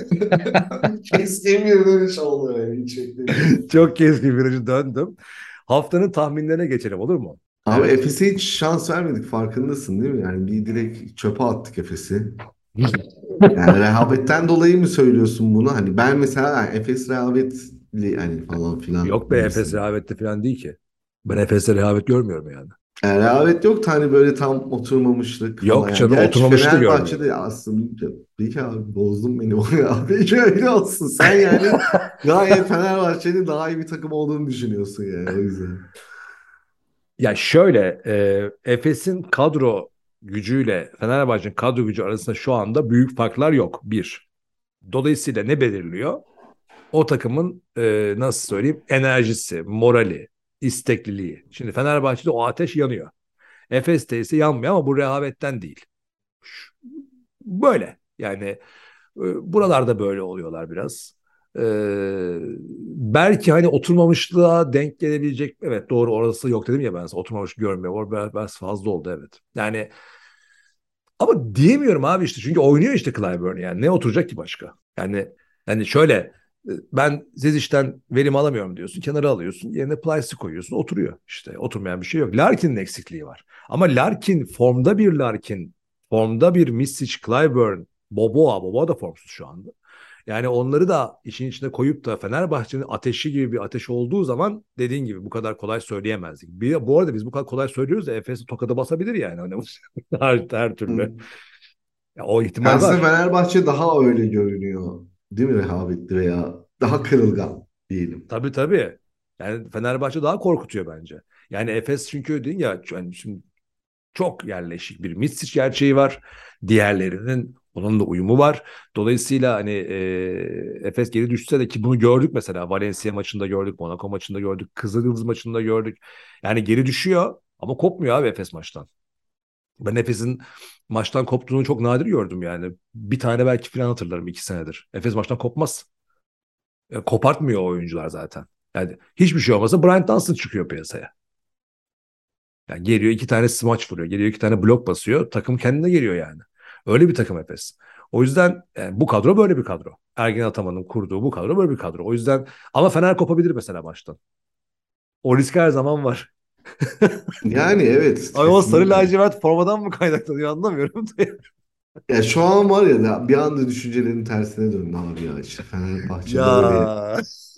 Keskin bir dönüş oldu yani. Hiç beklemiyordum. Çok keyifli bir virajı döndüm. Haftanın tahminlerine geçelim olur mu? Abi Evet. Efes'e hiç şans vermedik farkındasın değil mi? Yani bir direkt çöpe attık Efes'i. Yani rehavetten dolayı mı söylüyorsun bunu? Hani ben mesela yani Efes rehavetli hani falan filan Yok be Efes gibisin. rehavette falan değil ki. Ben Efes'te rehavet görmüyorum yani. Yani rehavet yok da hani böyle tam oturmamışlık falan. Yok Yani canım gerçi oturmamışı da görmüyorum. Fenerbahçe'de aslında bir abi bozdun beni o ya. Peki öyle olsun. Sen yani gayet Fenerbahçe'nin daha iyi bir takım olduğunu düşünüyorsun yani o yüzden. Ya şöyle Efes'in kadro gücüyle Fenerbahçe'nin kadro gücü arasında şu anda büyük farklar yok. Bir. Dolayısıyla ne belirliyor? O takımın nasıl söyleyeyim enerjisi, morali, istekliliği. Şimdi Fenerbahçe'de o ateş yanıyor. Efes'te ise yanmıyor ama bu rehavetten değil. Böyle yani buralarda böyle oluyorlar biraz. Belki hani oturmamışlığa denk gelebilecek, evet doğru, orası yok dedim ya ben sana, oturmamış görmüyor. Orada biraz fazla oldu, evet. Yani ama diyemiyorum abi işte, çünkü oynuyor işte Clyburn, yani ne oturacak ki başka? Yani şöyle, ben Zizic'ten verim alamıyorum diyorsun, kenara alıyorsun, yerine Plyce'i koyuyorsun, oturuyor işte, oturmayan bir şey yok. Larkin'in eksikliği var ama Larkin formda bir Larkin, formda bir Misic, Clyburn, Boboa da formsuz şu anda. Yani onları da işin içine koyup da Fenerbahçe'nin ateşi gibi bir ateş olduğu zaman dediğin gibi bu kadar kolay söyleyemezdik. Bu arada biz bu kadar kolay söylüyoruz da Efes'i tokada basabilir yani. Hani her türlü. Hı. Ya, o ihtimal Aslında var. Fenerbahçe daha öyle görünüyor. Değil mi, rehavetli veya daha kırılgan diyelim. Tabii tabii. Yani Fenerbahçe daha korkutuyor bence. Yani Efes çünkü dedin ya, yani şimdi çok yerleşik bir Mitsic gerçeği var. Diğerlerinin onunla uyumu var. Dolayısıyla hani Efes geri düşse de, ki bunu gördük mesela Valencia maçında gördük, Monaco maçında gördük, Kızılyıldız maçında gördük. Yani geri düşüyor ama kopmuyor abi Efes maçtan. Ben Efes'in maçtan koptuğunu çok nadir gördüm yani. Bir tane belki falan hatırlarım 2 senedir. Efes maçtan kopmaz. Kopartmıyor o oyuncular zaten. Yani hiçbir şey olmasa Bryant Dunstan çıkıyor piyasaya. Yani geliyor 2 tane smaç vuruyor. Geliyor 2 tane blok basıyor. Takım kendine geliyor yani. Öyle bir takım Efes. O yüzden bu kadro böyle bir kadro. Ergin Ataman'ın kurduğu bu kadro böyle bir kadro. O yüzden ama Fener kopabilir mesela baştan. O risk her zaman var. Yani evet, Ama o sarı kesinlikle. lacivert formadan mı kaynaklanıyor anlamıyorum. Ya şu an var ya, bir anda düşüncelerin tersine döndü abi ya. İşte Fenerbahçe böyle. Ya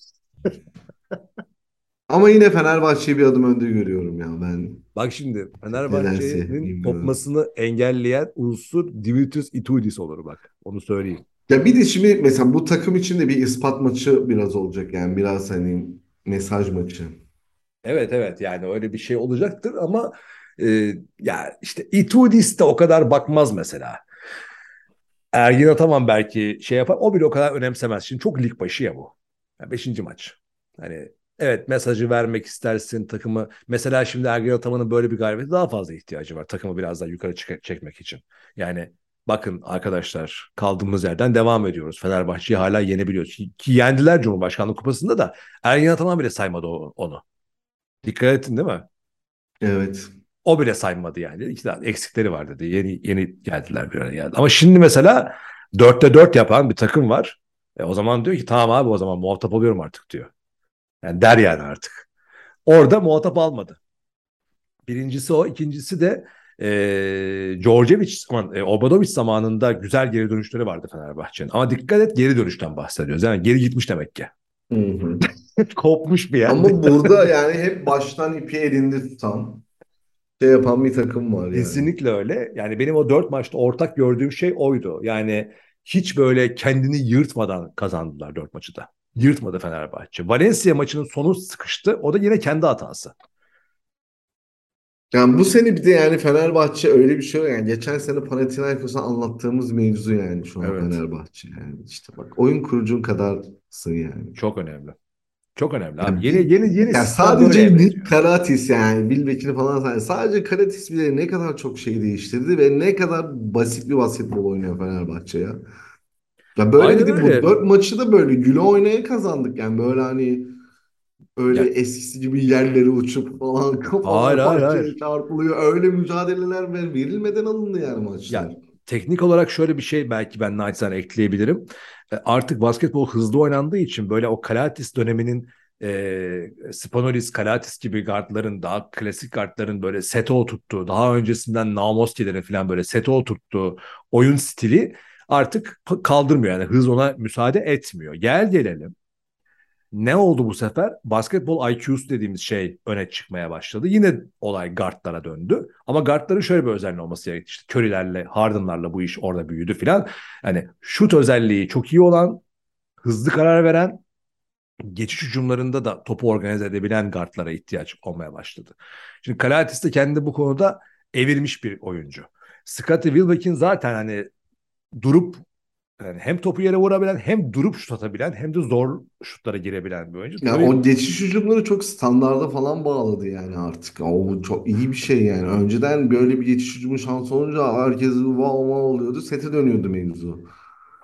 Ama yine Fenerbahçe'yi bir adım önde görüyorum ya ben. bak şimdi Nedense Fenerbahçe'nin bilmiyorum. kopmasını engelleyen unsur Dimitrios Itoudis olur bak. Onu söyleyeyim. Ya bir de şimdi mesela bu takım için de bir ispat maçı biraz olacak yani, biraz hani mesaj maçı. Evet evet, yani öyle bir şey olacaktır ama ya işte Itoudis de o kadar bakmaz mesela. Ergin Ataman belki şey yapar. O bile o kadar önemsemez. Şimdi çok lig başı ya bu. Yani 5. maç. Hani evet, mesajı vermek istersin takımı. Mesela şimdi Ergin Ataman'ın böyle bir galibiyete daha fazla ihtiyacı var. Takımı biraz daha yukarı çekmek için. Yani bakın arkadaşlar, kaldığımız yerden devam ediyoruz. Fenerbahçe'yi hala yenebiliyoruz. Ki yendiler Cumhurbaşkanlığı Kupası'nda da Ergin Ataman bile saymadı onu. Dikkat ettin değil mi? Evet. O bile saymadı yani. İki tane eksikleri var dedi. Yeni geldiler bir araya geldi. Ama şimdi mesela 4'te 4 yapan bir takım var. O zaman diyor ki tamam abi, o zaman muhatap oluyorum artık diyor. Yani der yani artık. Orada muhatap almadı. Birincisi o. İkincisi de Obradovic zamanında güzel geri dönüşleri vardı Fenerbahçe'nin. Ama dikkat et, geri dönüşten bahsediyoruz. Yani geri gitmiş demek ki. Hı hı. Kopmuş bir yerde. Ama burada yani hep baştan ipi elinde tutan, şey yapan bir takım var yani. Kesinlikle öyle. Yani benim o 4 maçta ortak gördüğüm şey oydu. Yani hiç böyle kendini yırtmadan kazandılar 4 maçı da. Yırtmadı Fenerbahçe. Valencia maçının sonu sıkıştı. O da yine kendi hatası. Yani bu sene bir de yani Fenerbahçe öyle bir şey yok. Yani geçen sene Panathinaikos'a anlattığımız mevzu yani şu an Evet. Fenerbahçe. Yani işte bak, oyun kurucun kadarsın yani. Çok önemli. Çok önemli abi. Yani Yeni ya sistem böyle sadece Nick benziyor. Karatis, yani Bilbek'ini falan sadece Karatis bile ne kadar çok şey değiştirdi ve ne kadar basit bir basketbol oynuyor Fenerbahçe ya. Ya böyle bir Aynen de bu öyle. 4 maçı da böyle güle oynaya kazandık yani, böyle hani öyle Ya, eskisi gibi yerlere uçup falan hayır kafalar hayır bahçeye hayır. çarpılıyor. Öyle mücadeleler verilmeden alındı yani maçlar. Ya teknik olarak şöyle bir şey belki ben naçizane ekleyebilirim. Artık basketbol hızlı oynandığı için böyle o Kalatis döneminin Spanolis, Kalatis gibi guardların, daha klasik guardların böyle sete oturttuğu, daha öncesinden Namoski'lerin falan böyle sete oturttuğu oyun stili artık kaldırmıyor. Yani hız ona müsaade etmiyor. Gel gelelim. Ne oldu bu sefer? Basketbol IQ'su dediğimiz şey öne çıkmaya başladı. Yine olay guardlara döndü. Ama guardların şöyle bir özelliği olması gerekti. İşte Curry'lerle, Harden'larla bu iş orada büyüdü filan. Yani şut özelliği çok iyi olan, hızlı karar veren, geçiş hücumlarında da topu organize edebilen guardlara ihtiyaç olmaya başladı. Şimdi Kalatis de kendi bu konuda evirmiş bir oyuncu. Scottie Wilbeck'in zaten hani durup, yani hem topu yere vurabilen, hem durup şut atabilen, hem de zor şutlara girebilen bir oyuncu. Ya Tabii o geçiş hücumları çok standarda falan bağladı yani artık. O çok iyi bir şey yani. Önceden böyle bir geçiş hücumu şansı olunca herkes wow wow oluyordu. Sete dönüyordu mevzu.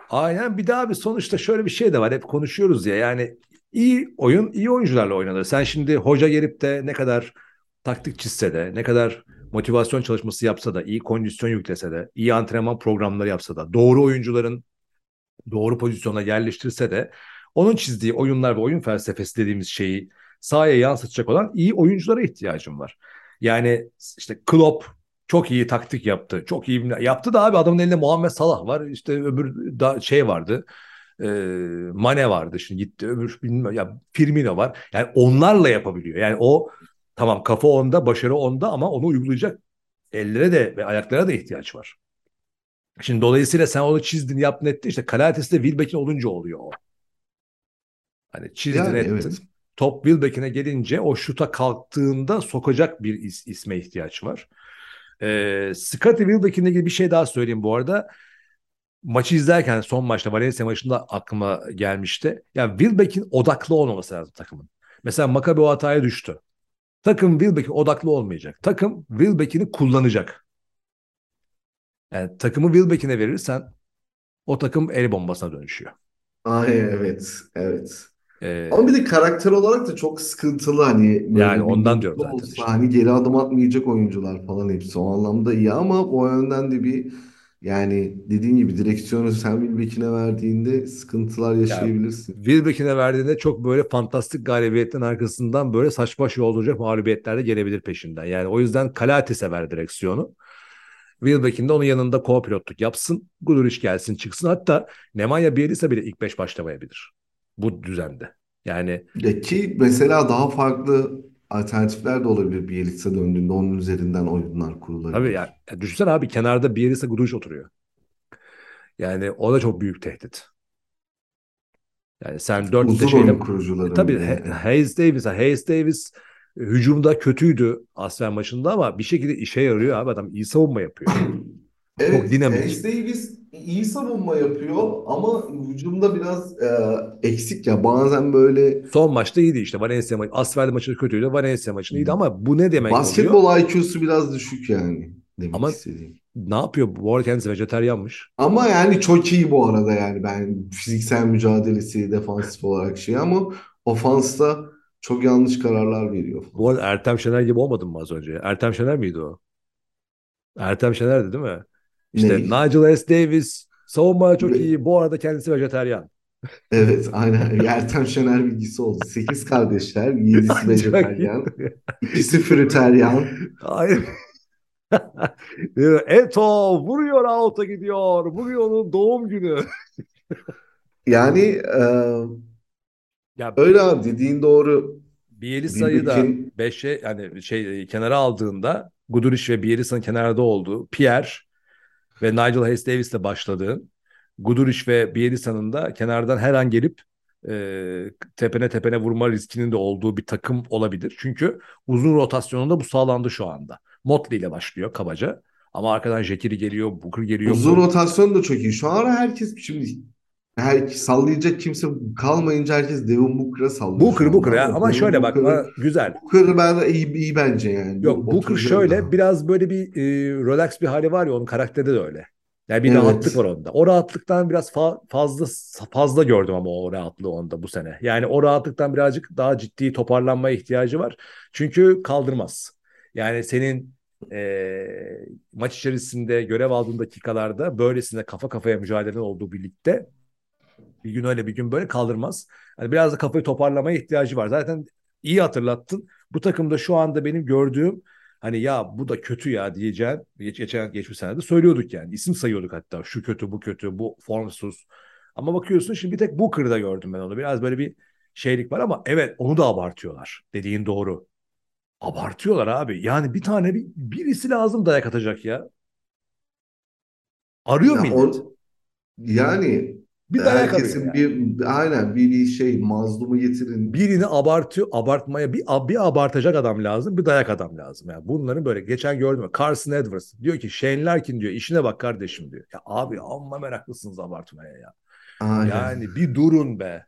Aynen, bir daha bir sonuçta şöyle bir şey de var. Hep konuşuyoruz ya, yani iyi oyun iyi oyuncularla oynanır. Sen şimdi hoca gelip de ne kadar taktik çizse de, ne kadar motivasyon çalışması yapsa da, iyi kondisyon yüklese de, iyi antrenman programları yapsa da, doğru oyuncuların doğru pozisyona yerleştirse de, onun çizdiği oyunlar ve oyun felsefesi dediğimiz şeyi sahaya yansıtacak olan iyi oyunculara ihtiyacım var. Yani işte Klopp çok iyi taktik yaptı. Çok iyi yaptı da abi, adamın elinde Muhammed Salah var. İşte öbür da şey vardı. E, Mane vardı, şimdi gitti. Öbür bilmiyorum ya, Firmino var. Yani onlarla yapabiliyor. Yani o, tamam, kafa onda, başarı onda, ama onu uygulayacak ellere de ve ayaklara da ihtiyaç var. Şimdi dolayısıyla sen onu çizdin, yaptın, ettin. İşte Kalates de Wilbeck'in olunca oluyor o. Hani çizdin, Yani evet. ettin. Top Wilbeck'ine gelince o şuta kalktığında sokacak bir isme ihtiyaç var. Scottie Wilbeck'in ilgili bir şey daha söyleyeyim bu arada. Maçı izlerken son maçta, Valencia maçında aklıma gelmişti. Ya Wilbeck'in odaklı olmaması lazım takımın. Mesela Maccabi o hataya düştü. Takım Wilbeck'in odaklı olmayacak. Takım Wilbeck'ini kullanacak. Yani takımı Wilbeck'ine verirsen o takım el bombasına dönüşüyor. Ay, evet, evet. Ama Ee, bir de karakter olarak da çok sıkıntılı, hani Yani böyle bir ondan diyorum mutlu zaten olsa işte. hani geri adım atmayacak oyuncular falan, hepsi o anlamda iyi, ama o yönden de bir, yani dediğin gibi direksiyonu sen Wilbeck'ine verdiğinde sıkıntılar Ya yaşayabilirsin. Wilbeck'ine verdiğinde çok böyle fantastik galibiyetlerin arkasından böyle saç baş yolduracak mağlubiyetler de gelebilir peşinden. Yani o yüzden Kalates'e ver direksiyonu. Wilbeck'in de onun yanında co-pilotluk yapsın. Guduric gelsin çıksın. Hatta Nemanja Bjelica bile ilk 5 başlamayabilir bu düzende. Yani Ya ki mesela daha farklı alternatifler de olabilir, Bielitsa döndüğünde onun üzerinden oyunlar tabii ya, kurulabilir. düşünsene abi, kenarda Bjelica, Guduric oturuyor. Yani o da çok büyük tehdit. Yani sen dörtte Uzun şeyle, oyun kurucuların tabii bir de. Evet. Hayes Davis hücumda kötüydü Asfer maçında, ama bir şekilde işe yarıyor abi, adam iyi savunma yapıyor. Çok Evet, dinamik. Hayes Davis iyi savunma yapıyor ama hücumda biraz eksik ya. Bazen böyle Son maçta iyiydi işte. Valencia maçı, Asfer maçı kötüydü. Valencia maçında iyiydi, ama bu ne demek oluyor? basketbol IQ'su biraz düşük yani, demek Ama istediğim. ne yapıyor? Bu arada kendisi vejetaryenmiş. Ama yani çok iyi bu arada, yani ben fiziksel mücadelesi, defansif olarak şey, ama ofansta çok yanlış kararlar veriyor Bu falan. arada Ertem Şener gibi olmadın mı az önce? Ertem Şener miydi o? Ertem Şener'di değil mi? İşte Ney? Nigel S. Davis savunma çok iyi. Bu arada kendisi vejetaryen. Evet, aynen. Ertem Şener bilgisi oldu. 8 kardeşler, 7'si Çok iyi. vejetaryen, ikisi frutaryen. Hayır. Eto vuruyor, out'a gidiyor. Bugün onun doğum günü. Yani Ya öyle abi, dediğin doğru. Bielisa'yı da Wilbeck'in beşe, yani kenara aldığında, Guduric ve Bielisa'nın kenarda olduğu, Pierre ve Nigel Hayes Davis'le başladığın, Guduric ve Bielisa'nın da kenardan her an gelip tepene tepene vurma riskinin de olduğu bir takım olabilir. Çünkü uzun rotasyonunda bu sağlandı şu anda. Motley ile başlıyor kabaca. Ama arkadan Jekiri geliyor, Booker geliyor. uzun rotasyon da çok iyi. Şu ara herkes şimdi, sallayacak kimse kalmayınca herkes Devin Booker'a sallıyor şu Booker anda, ya, ama ama Devin şöyle bak, Booker'ı güzel. Booker'ı ben de iyi bence yani. Yok, Bu Booker oturacak şöyle daha. biraz böyle bir relax bir hali var ya, onun karakteri de öyle. Yani bir rahatlık var Evet. onda. O rahatlıktan biraz fazla gördüm ama o rahatlığı onda bu sene. Yani o rahatlıktan birazcık daha ciddi toparlanmaya ihtiyacı var. Çünkü kaldırmaz. Yani senin maç içerisinde görev aldığın dakikalarda böylesine kafa kafaya mücadelenin olduğu birlikte, bir gün öyle bir gün böyle, kaldırmaz. Hani biraz da kafayı toparlamaya ihtiyacı var. Zaten iyi hatırlattın. Bu takımda şu anda benim gördüğüm, hani ya bu da kötü ya diyeceğim. Geçmiş senede söylüyorduk yani. İsim sayıyorduk hatta. Şu kötü, bu kötü, bu formsuz. Ama bakıyorsun şimdi bir tek Booker'da gördüm ben onu. Biraz böyle bir şeylik var, ama evet, onu da abartıyorlar. Dediğin doğru. Abartıyorlar abi. Yani bir tane birisi lazım dayak atacak ya. Arıyor Ya millet. yani Bir dayak arıyor herkesin yani. aynen bir şey mazlumu getirin. Birini abartmaya bir abartacak adam lazım, bir dayak adam lazım. Yani bunların böyle, geçen gördüm. Carson Edwards diyor ki Shane Larkin diyor, işine bak kardeşim diyor. Ya abi, amma meraklısınız abartmaya ya. Aynen. Yani bir durun be.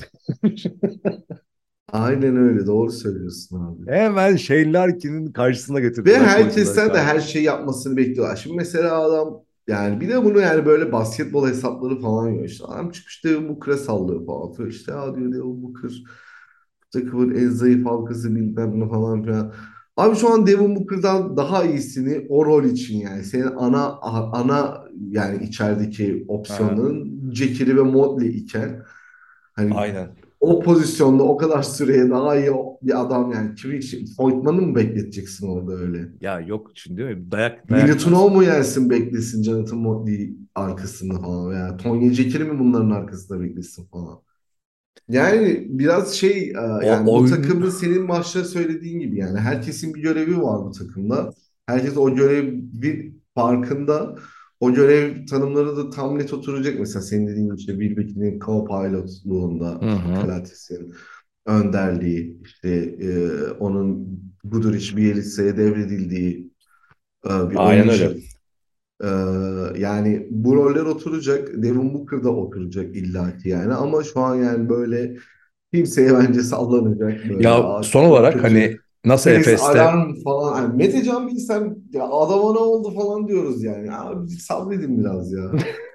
Aynen öyle, doğru söylüyorsun abi. Hemen Shane Larkin'in karşısına Ve getirdiler, koydular herkesten de karşı. her şeyi yapmasını bekliyorlar. Şimdi mesela adam Yani bir de bunu yani böyle basketbol hesapları falan yiyor işte. Adam çıkmış Devin Booker'a sallıyor falan. Diyor işte ya diyor Devin Booker takımın en zayıf halkası bilmem ne falan filan. Abi şu an Devin Booker'dan daha iyisini o rol için yani senin ana yani içerideki Aha, opsiyonların Jekiri ve Mobley iken hani aynen. o pozisyonda o kadar süreye daha iyi bir adam yani kimi için Voigtman'ı mı bekleteceksin orada öyle? Ya yok şimdi değil mi? Dayak Milutinow yersin. mu yersin beklesin Jonathan Motley arkasında falan veya Tony Jekiri mi bunların arkasında beklesin falan. Yani biraz O yani bu oyun takımda senin başta söylediğin gibi yani herkesin bir görevi var bu takımda. Herkes o görevi farkında. O görev tanımları da tam net oturacak. Mesela senin dediğin gibi işte Wilbeck'in co-pilotluğunda, Hı işte hı. Calates'in önderliği, işte onun Guduric, Bielitsa'ya devredildiği bir Aynen öyle. ownership. Ee, Yani bu roller oturacak. Devin Booker da oturacak illaki yani. Ama şu an yani böyle kimseye bence sallanacak böyle. Ya Aa, son çok olarak kötü. hani nasıl Kriz, Efes'te alarm falan. Yani Mete Can Bilsem ya adama ne oldu falan diyoruz yani. Abi sabredin biraz ya.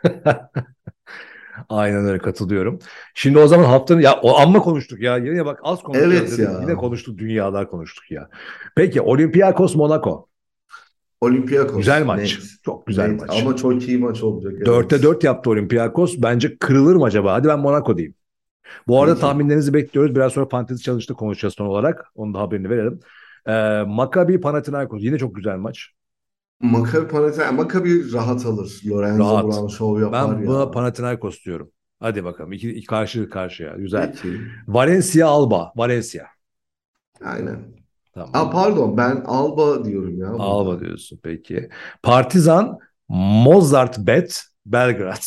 aynen öyle katılıyorum. Şimdi o zaman haftanın ya o amma konuştuk ya. Yine bak az konuşacağız Evet dedik. Yine ya. konuştuk dünyalar konuştuk ya. Peki Olympiakos Monaco. Güzel Olympiakos maç. net. Çok güzel Net maç. ama çok iyi maç olacak evet. 4'te 4 yaptı Olympiakos. Bence kırılır mı acaba? Hadi ben Monaco diyeyim. Bu arada Peki. tahminlerinizi bekliyoruz. Biraz sonra fantezi çalışta konuşacağız son olarak. Onun da haberini verelim. Maccabi Panathinaikos. Yine çok güzel maç. Maccabi rahat alır. Lorenzo Rahat. Brown show yapar Ben buna ya. Panathinaikos diyorum. Hadi bakalım. İki karşı karşıya. Güzel. Peki. Valencia Alba. Valencia. Aynen. Aa, Tamam. pardon ben Alba diyorum ya Alba burada. diyorsun peki. Partizan Mozart Bet Belgrad.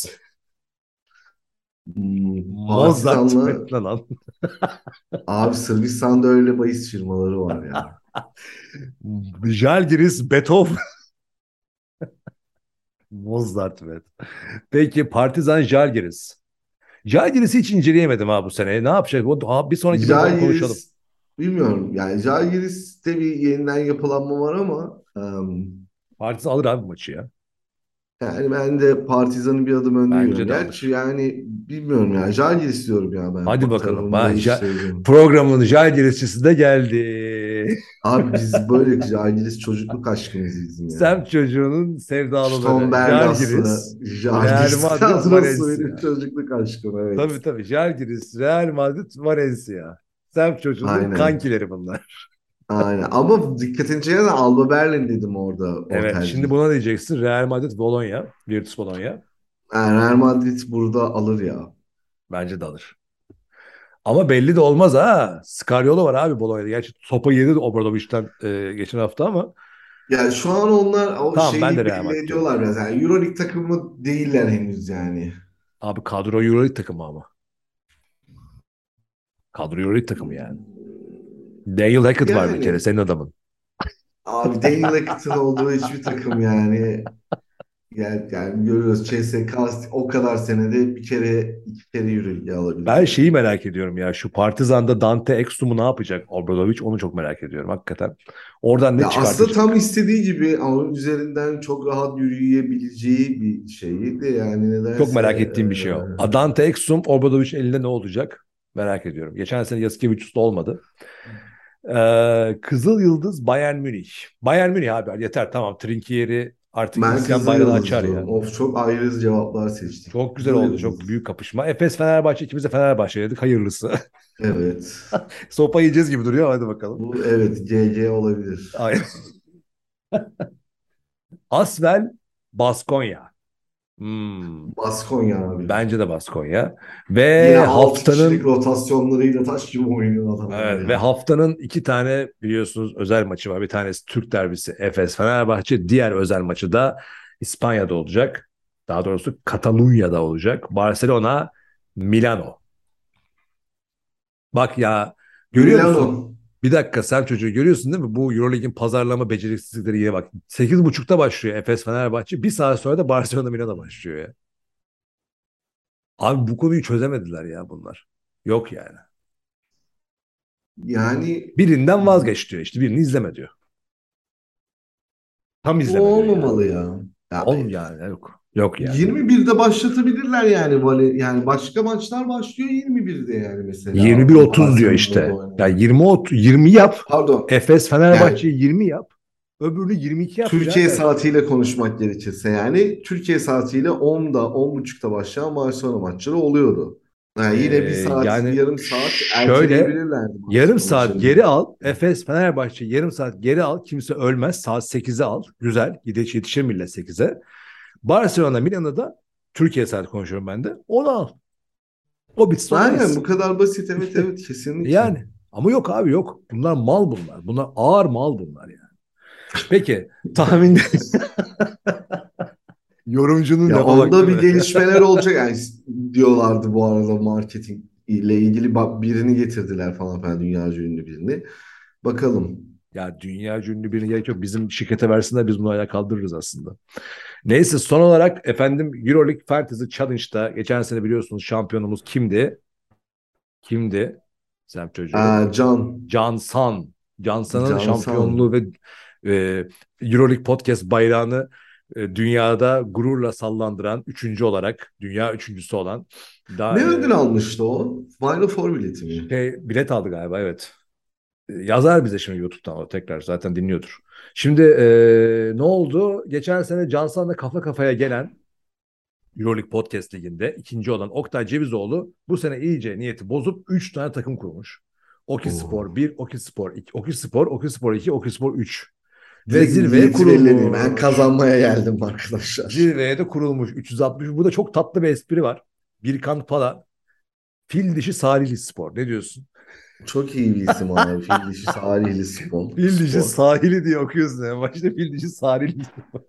Mozart Partizan'la Bet ne lan? abi Sırbistan'da öyle bahis firmaları var ya. Žalgiris Beethoven. Mozart Bet. Peki Partizan Žalgiris. Žalgiris'i hiç inceleyemedim ha bu sene. Ne yapacak? Bir sonraki bölümde onu konuşalım. Žalgiris bilmiyorum yani Žalgiris'te bir yeniden yapılanma var ama Partizan alır abi bu maçı ya. yani ben de Partizan'ı bir adım önde Bence görüyorum. de Gerçi alır. yani bilmiyorum ya Žalgiris diyorum ya ben. Hadi bakalım. Tarafımı değiştirdim. Programın Žalgiris'çisi de geldi. Abi biz böyle Žalgiris çocukluk aşkımız bizim ya. Semt çocuğunun Şton sevdalıları. Bergaslı Žalgiris, Real Žalgiris Madrid, kadrosu benim Valencia. çocukluk aşkım evet. Tabii tabii. Žalgiris, Real Madrid, Valencia. Semt çocuğunun Aynen. kankileri bunlar. Aynen. Ama dikkatini çeken de Alba Berlin dedim orada o Evet. Şimdi tercih. buna diyeceksin. Real Madrid, Bologna. Virtus Bologna. Yani Real Madrid burada alır ya. Bence de alır. Ama belli de olmaz ha. Scariolo var abi Bologna'da. Gerçi sopa yedi de Obradovic'den geçen hafta ama Yani şu an onlar o tamam ben de şeyi Real belli Madrid diyorum. ediyorlar biraz. Yani Euroleague takımı değiller henüz yani. Abi kadro Euroleague takımı ama. Kadro Euroleague takımı yani. Daniel Hackett var bir kere Yani senin adamın. abi Daniel Hackett'ın olduğu hiçbir takım yani görüyoruz CSKA o kadar senede bir kere iki kere Euroleague alabilir Ben şeyi yani. merak ediyorum ya. Şu Partizan'da Dante Exum'u ne yapacak Obradovic? Onu çok merak ediyorum hakikaten. Oradan ne Ya aslında tam çıkartacak? istediği gibi ama üzerinden çok rahat yürüyebileceği bir şeydi. Yani Çok nedense merak ettiğim bir şey o. Dante Exum Obradovic'in elinde ne olacak? Merak ediyorum. Geçen sene Yasikevicius'ta olmadı. Kızıl Yıldız Bayern Münih. Bayern Münih abi yeter tamam. Trinkieri artık ben isyan Kızıl bayrağını açar Yıldız'dım. ya. Of çok ayrı cevaplar seçtik. Çok güzel Kızıl oldu. Çok Yıldız. büyük kapışma. Efes Fenerbahçe ikimiz de Fenerbahçe dedik. Hayırlısı. Evet. Sopa yiyeceğiz gibi duruyor. Hadi bakalım. Bu evet GG olabilir. Aynen. Asvel Baskonya. Hmm, Baskonya abi. bence de Baskonya. Yine Ve 6 kişilik haftanın rotasyonlarıyla taş gibi oynuyor adamlar evet, ve ya. haftanın iki tane biliyorsunuz özel maçı var. Bir tanesi Türk derbisi Efes Fenerbahçe. Diğer özel maçı da İspanya'da olacak. Daha doğrusu Katalunya'da olacak. Barcelona Milano. Bak ya görüyor musun? Milano. Bir dakika sen çocuğu görüyorsun değil mi? Bu Euroleague'in pazarlama beceriksizlikleri yine bak. 8.30'da başlıyor Efes Fenerbahçe. Bir saat sonra da Barcelona Milano başlıyor ya. Abi bu konuyu çözemediler ya bunlar. Yok yani. Yani Birinden vazgeç diyor işte. Birini izleme diyor. Tam bu izleme diyor yani. olmamalı ya. Ya, Yani yok. Yok yani. 21'de başlatabilirler yani. Yani başka maçlar başlıyor 21'de yani mesela. 21-30 diyor Barcelona'da işte. Ya oynanan. 20 yap. Pardon. Efes Yani Fenerbahçe'yi 20 yap. Öbürünü 22 yap Türkiye birader. saatiyle konuşmak gerekirse yani Türkiye saatiyle 10'da 10.30'da başlayan Barcelona maçları oluyordu. Yani yine bir saat, Yani yarım saat şöyle erteleyebilirlerdi yarım Barcelona saat maçını. geri al. Efes Fenerbahçe yarım saat geri al. Kimse ölmez. Saat 8'e al. Güzel. Yetişir millet 8'e. Barcelona Milan'ı da Türkiye saat konuşuyorum ben de. Onu al. O bitsin o da Aynen bitsin. bu kadar basit, evet evet, kesinlikle. Yani ama yok abi yok. Bunlar mal bunlar. Bunlar ağır mal bunlar yani. Peki tahmin yorumcunun Ya lafa bak onda değil bir mi? gelişmeler olacak yani diyorlardı bu arada, marketing ile ilgili birini getirdiler falan filan, dünyaca ünlü birini. Bakalım. Ya dünya ünlü birine gerek yok. Bizim şirkete versinler biz bunu ayağa kaldırırız aslında. Neyse son olarak efendim EuroLeague Fantasy Challenge'da geçen sene biliyorsunuz şampiyonumuz kimdi? Kimdi? Sem çocuğu. Can. Cansan'ın Cansan. şampiyonluğu ve EuroLeague Podcast bayrağını dünyada gururla sallandıran üçüncü olarak dünya üçüncüsü olan Ne da ödül almıştı o? Final Four bileti mi? bilet aldı galiba evet. Yazar bize şimdi YouTube'dan o tekrar zaten dinliyordur. Şimdi ne oldu? Geçen sene Cansan'la kafa kafaya gelen EuroLeague Podcast Ligi'nde ikinci olan Oktay Cevizoğlu bu sene iyice niyeti bozup 3 tane takım kurmuş. Oo. Okispor 1, Okispor 2, Okispor 2, Okispor 3 ve Direkt zirveye niyeti belli değil. Ben kurulmuş. kazanmaya geldim arkadaşlar. Zirveye de kurulmuş 360. Burada çok tatlı bir espri var. Birkan Pala, fil dişi Salihli Spor. Ne diyorsun? Çok iyi bir isim abi. Fil dişi Salihli Spor. Fil dişi Spor. sahili diye okuyorsun. Yani. Başta fil dişi Salihli Spor.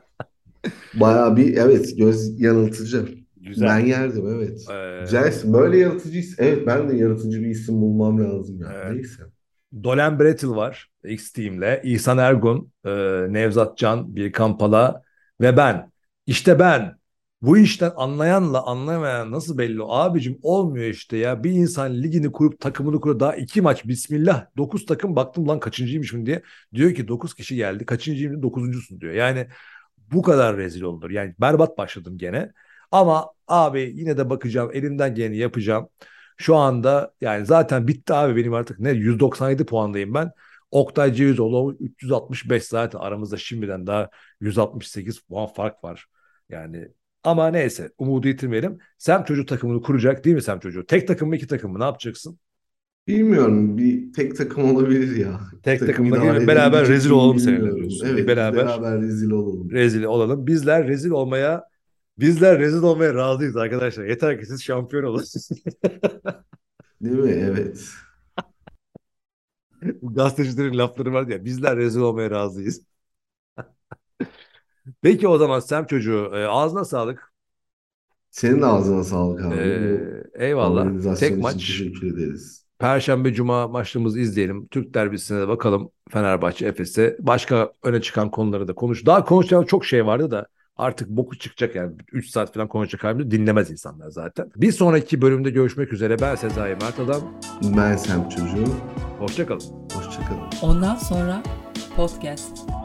Bayağı bir, evet, göz yanıltıcı. Ben Güzel. yerdim, evet. Güzel Ee, isim. Böyle yaratıcı isim. Evet, ben de yaratıcı bir isim bulmam lazım ya. e, Neyse. Dolan Brettel var X-Team'le. İhsan Ergun, Nevzat Can, Birkan Pala ve ben. İşte ben. Bu işten anlayanla anlamayan nasıl belli? Abicim olmuyor işte ya. Bir insan ligini kurup takımını kurup daha 2 maç bismillah 9 takım baktım lan kaçıncıymışım diye. Diyor ki 9 kişi geldi. Kaçıncıyım? 9'uncusun diyor. Yani bu kadar rezil olur. Yani berbat başladım gene. Ama abi yine de bakacağım. Elimden geleni yapacağım. Şu anda yani zaten bitti abi benim artık ne 197 puandayım ben. Oktay Cevizoğlu 365 zaten aramızda şimdiden daha 168 puan fark var. Yani ama neyse umudu yitirmeyelim. Sem Çocuk takımını kuracak değil mi Sem Çocuğu? Tek takım mı iki takım mı ne yapacaksın? Bilmiyorum. Bir tek takım olabilir ya. İki Tek takım takımla gelin idare beraber rezil edebilecek miyim olalım seninle bilmiyorum. diyorsun. Bir Evet, biz beraber beraber rezil olalım. rezil olalım. Bizler rezil olmaya razıyız arkadaşlar. Yeter ki siz şampiyon olun. Değil mi? Evet. Bu gazetecilerin lafları var ya. Bizler rezil olmaya razıyız. Peki o zaman Sem çocuğu ağzına sağlık. Senin de ağzına sağlık abi. Bu Eyvallah. Tek organizasyon için maç. teşekkür ederiz. Perşembe Cuma maçlarımızı izleyelim. Türk derbisine de bakalım. Fenerbahçe Efes'e. Başka öne çıkan konuları da konuş. Daha konuşacağımız çok şey vardı da artık boku çıkacak yani. 3 saat falan konuşacak halimiz dinlemez insanlar zaten. Bir sonraki bölümde görüşmek üzere. Ben Sezai Mert Adam. Ben Sem çocuğu. Hoşça kalın. Hoşça kalın. Ondan sonra podcast.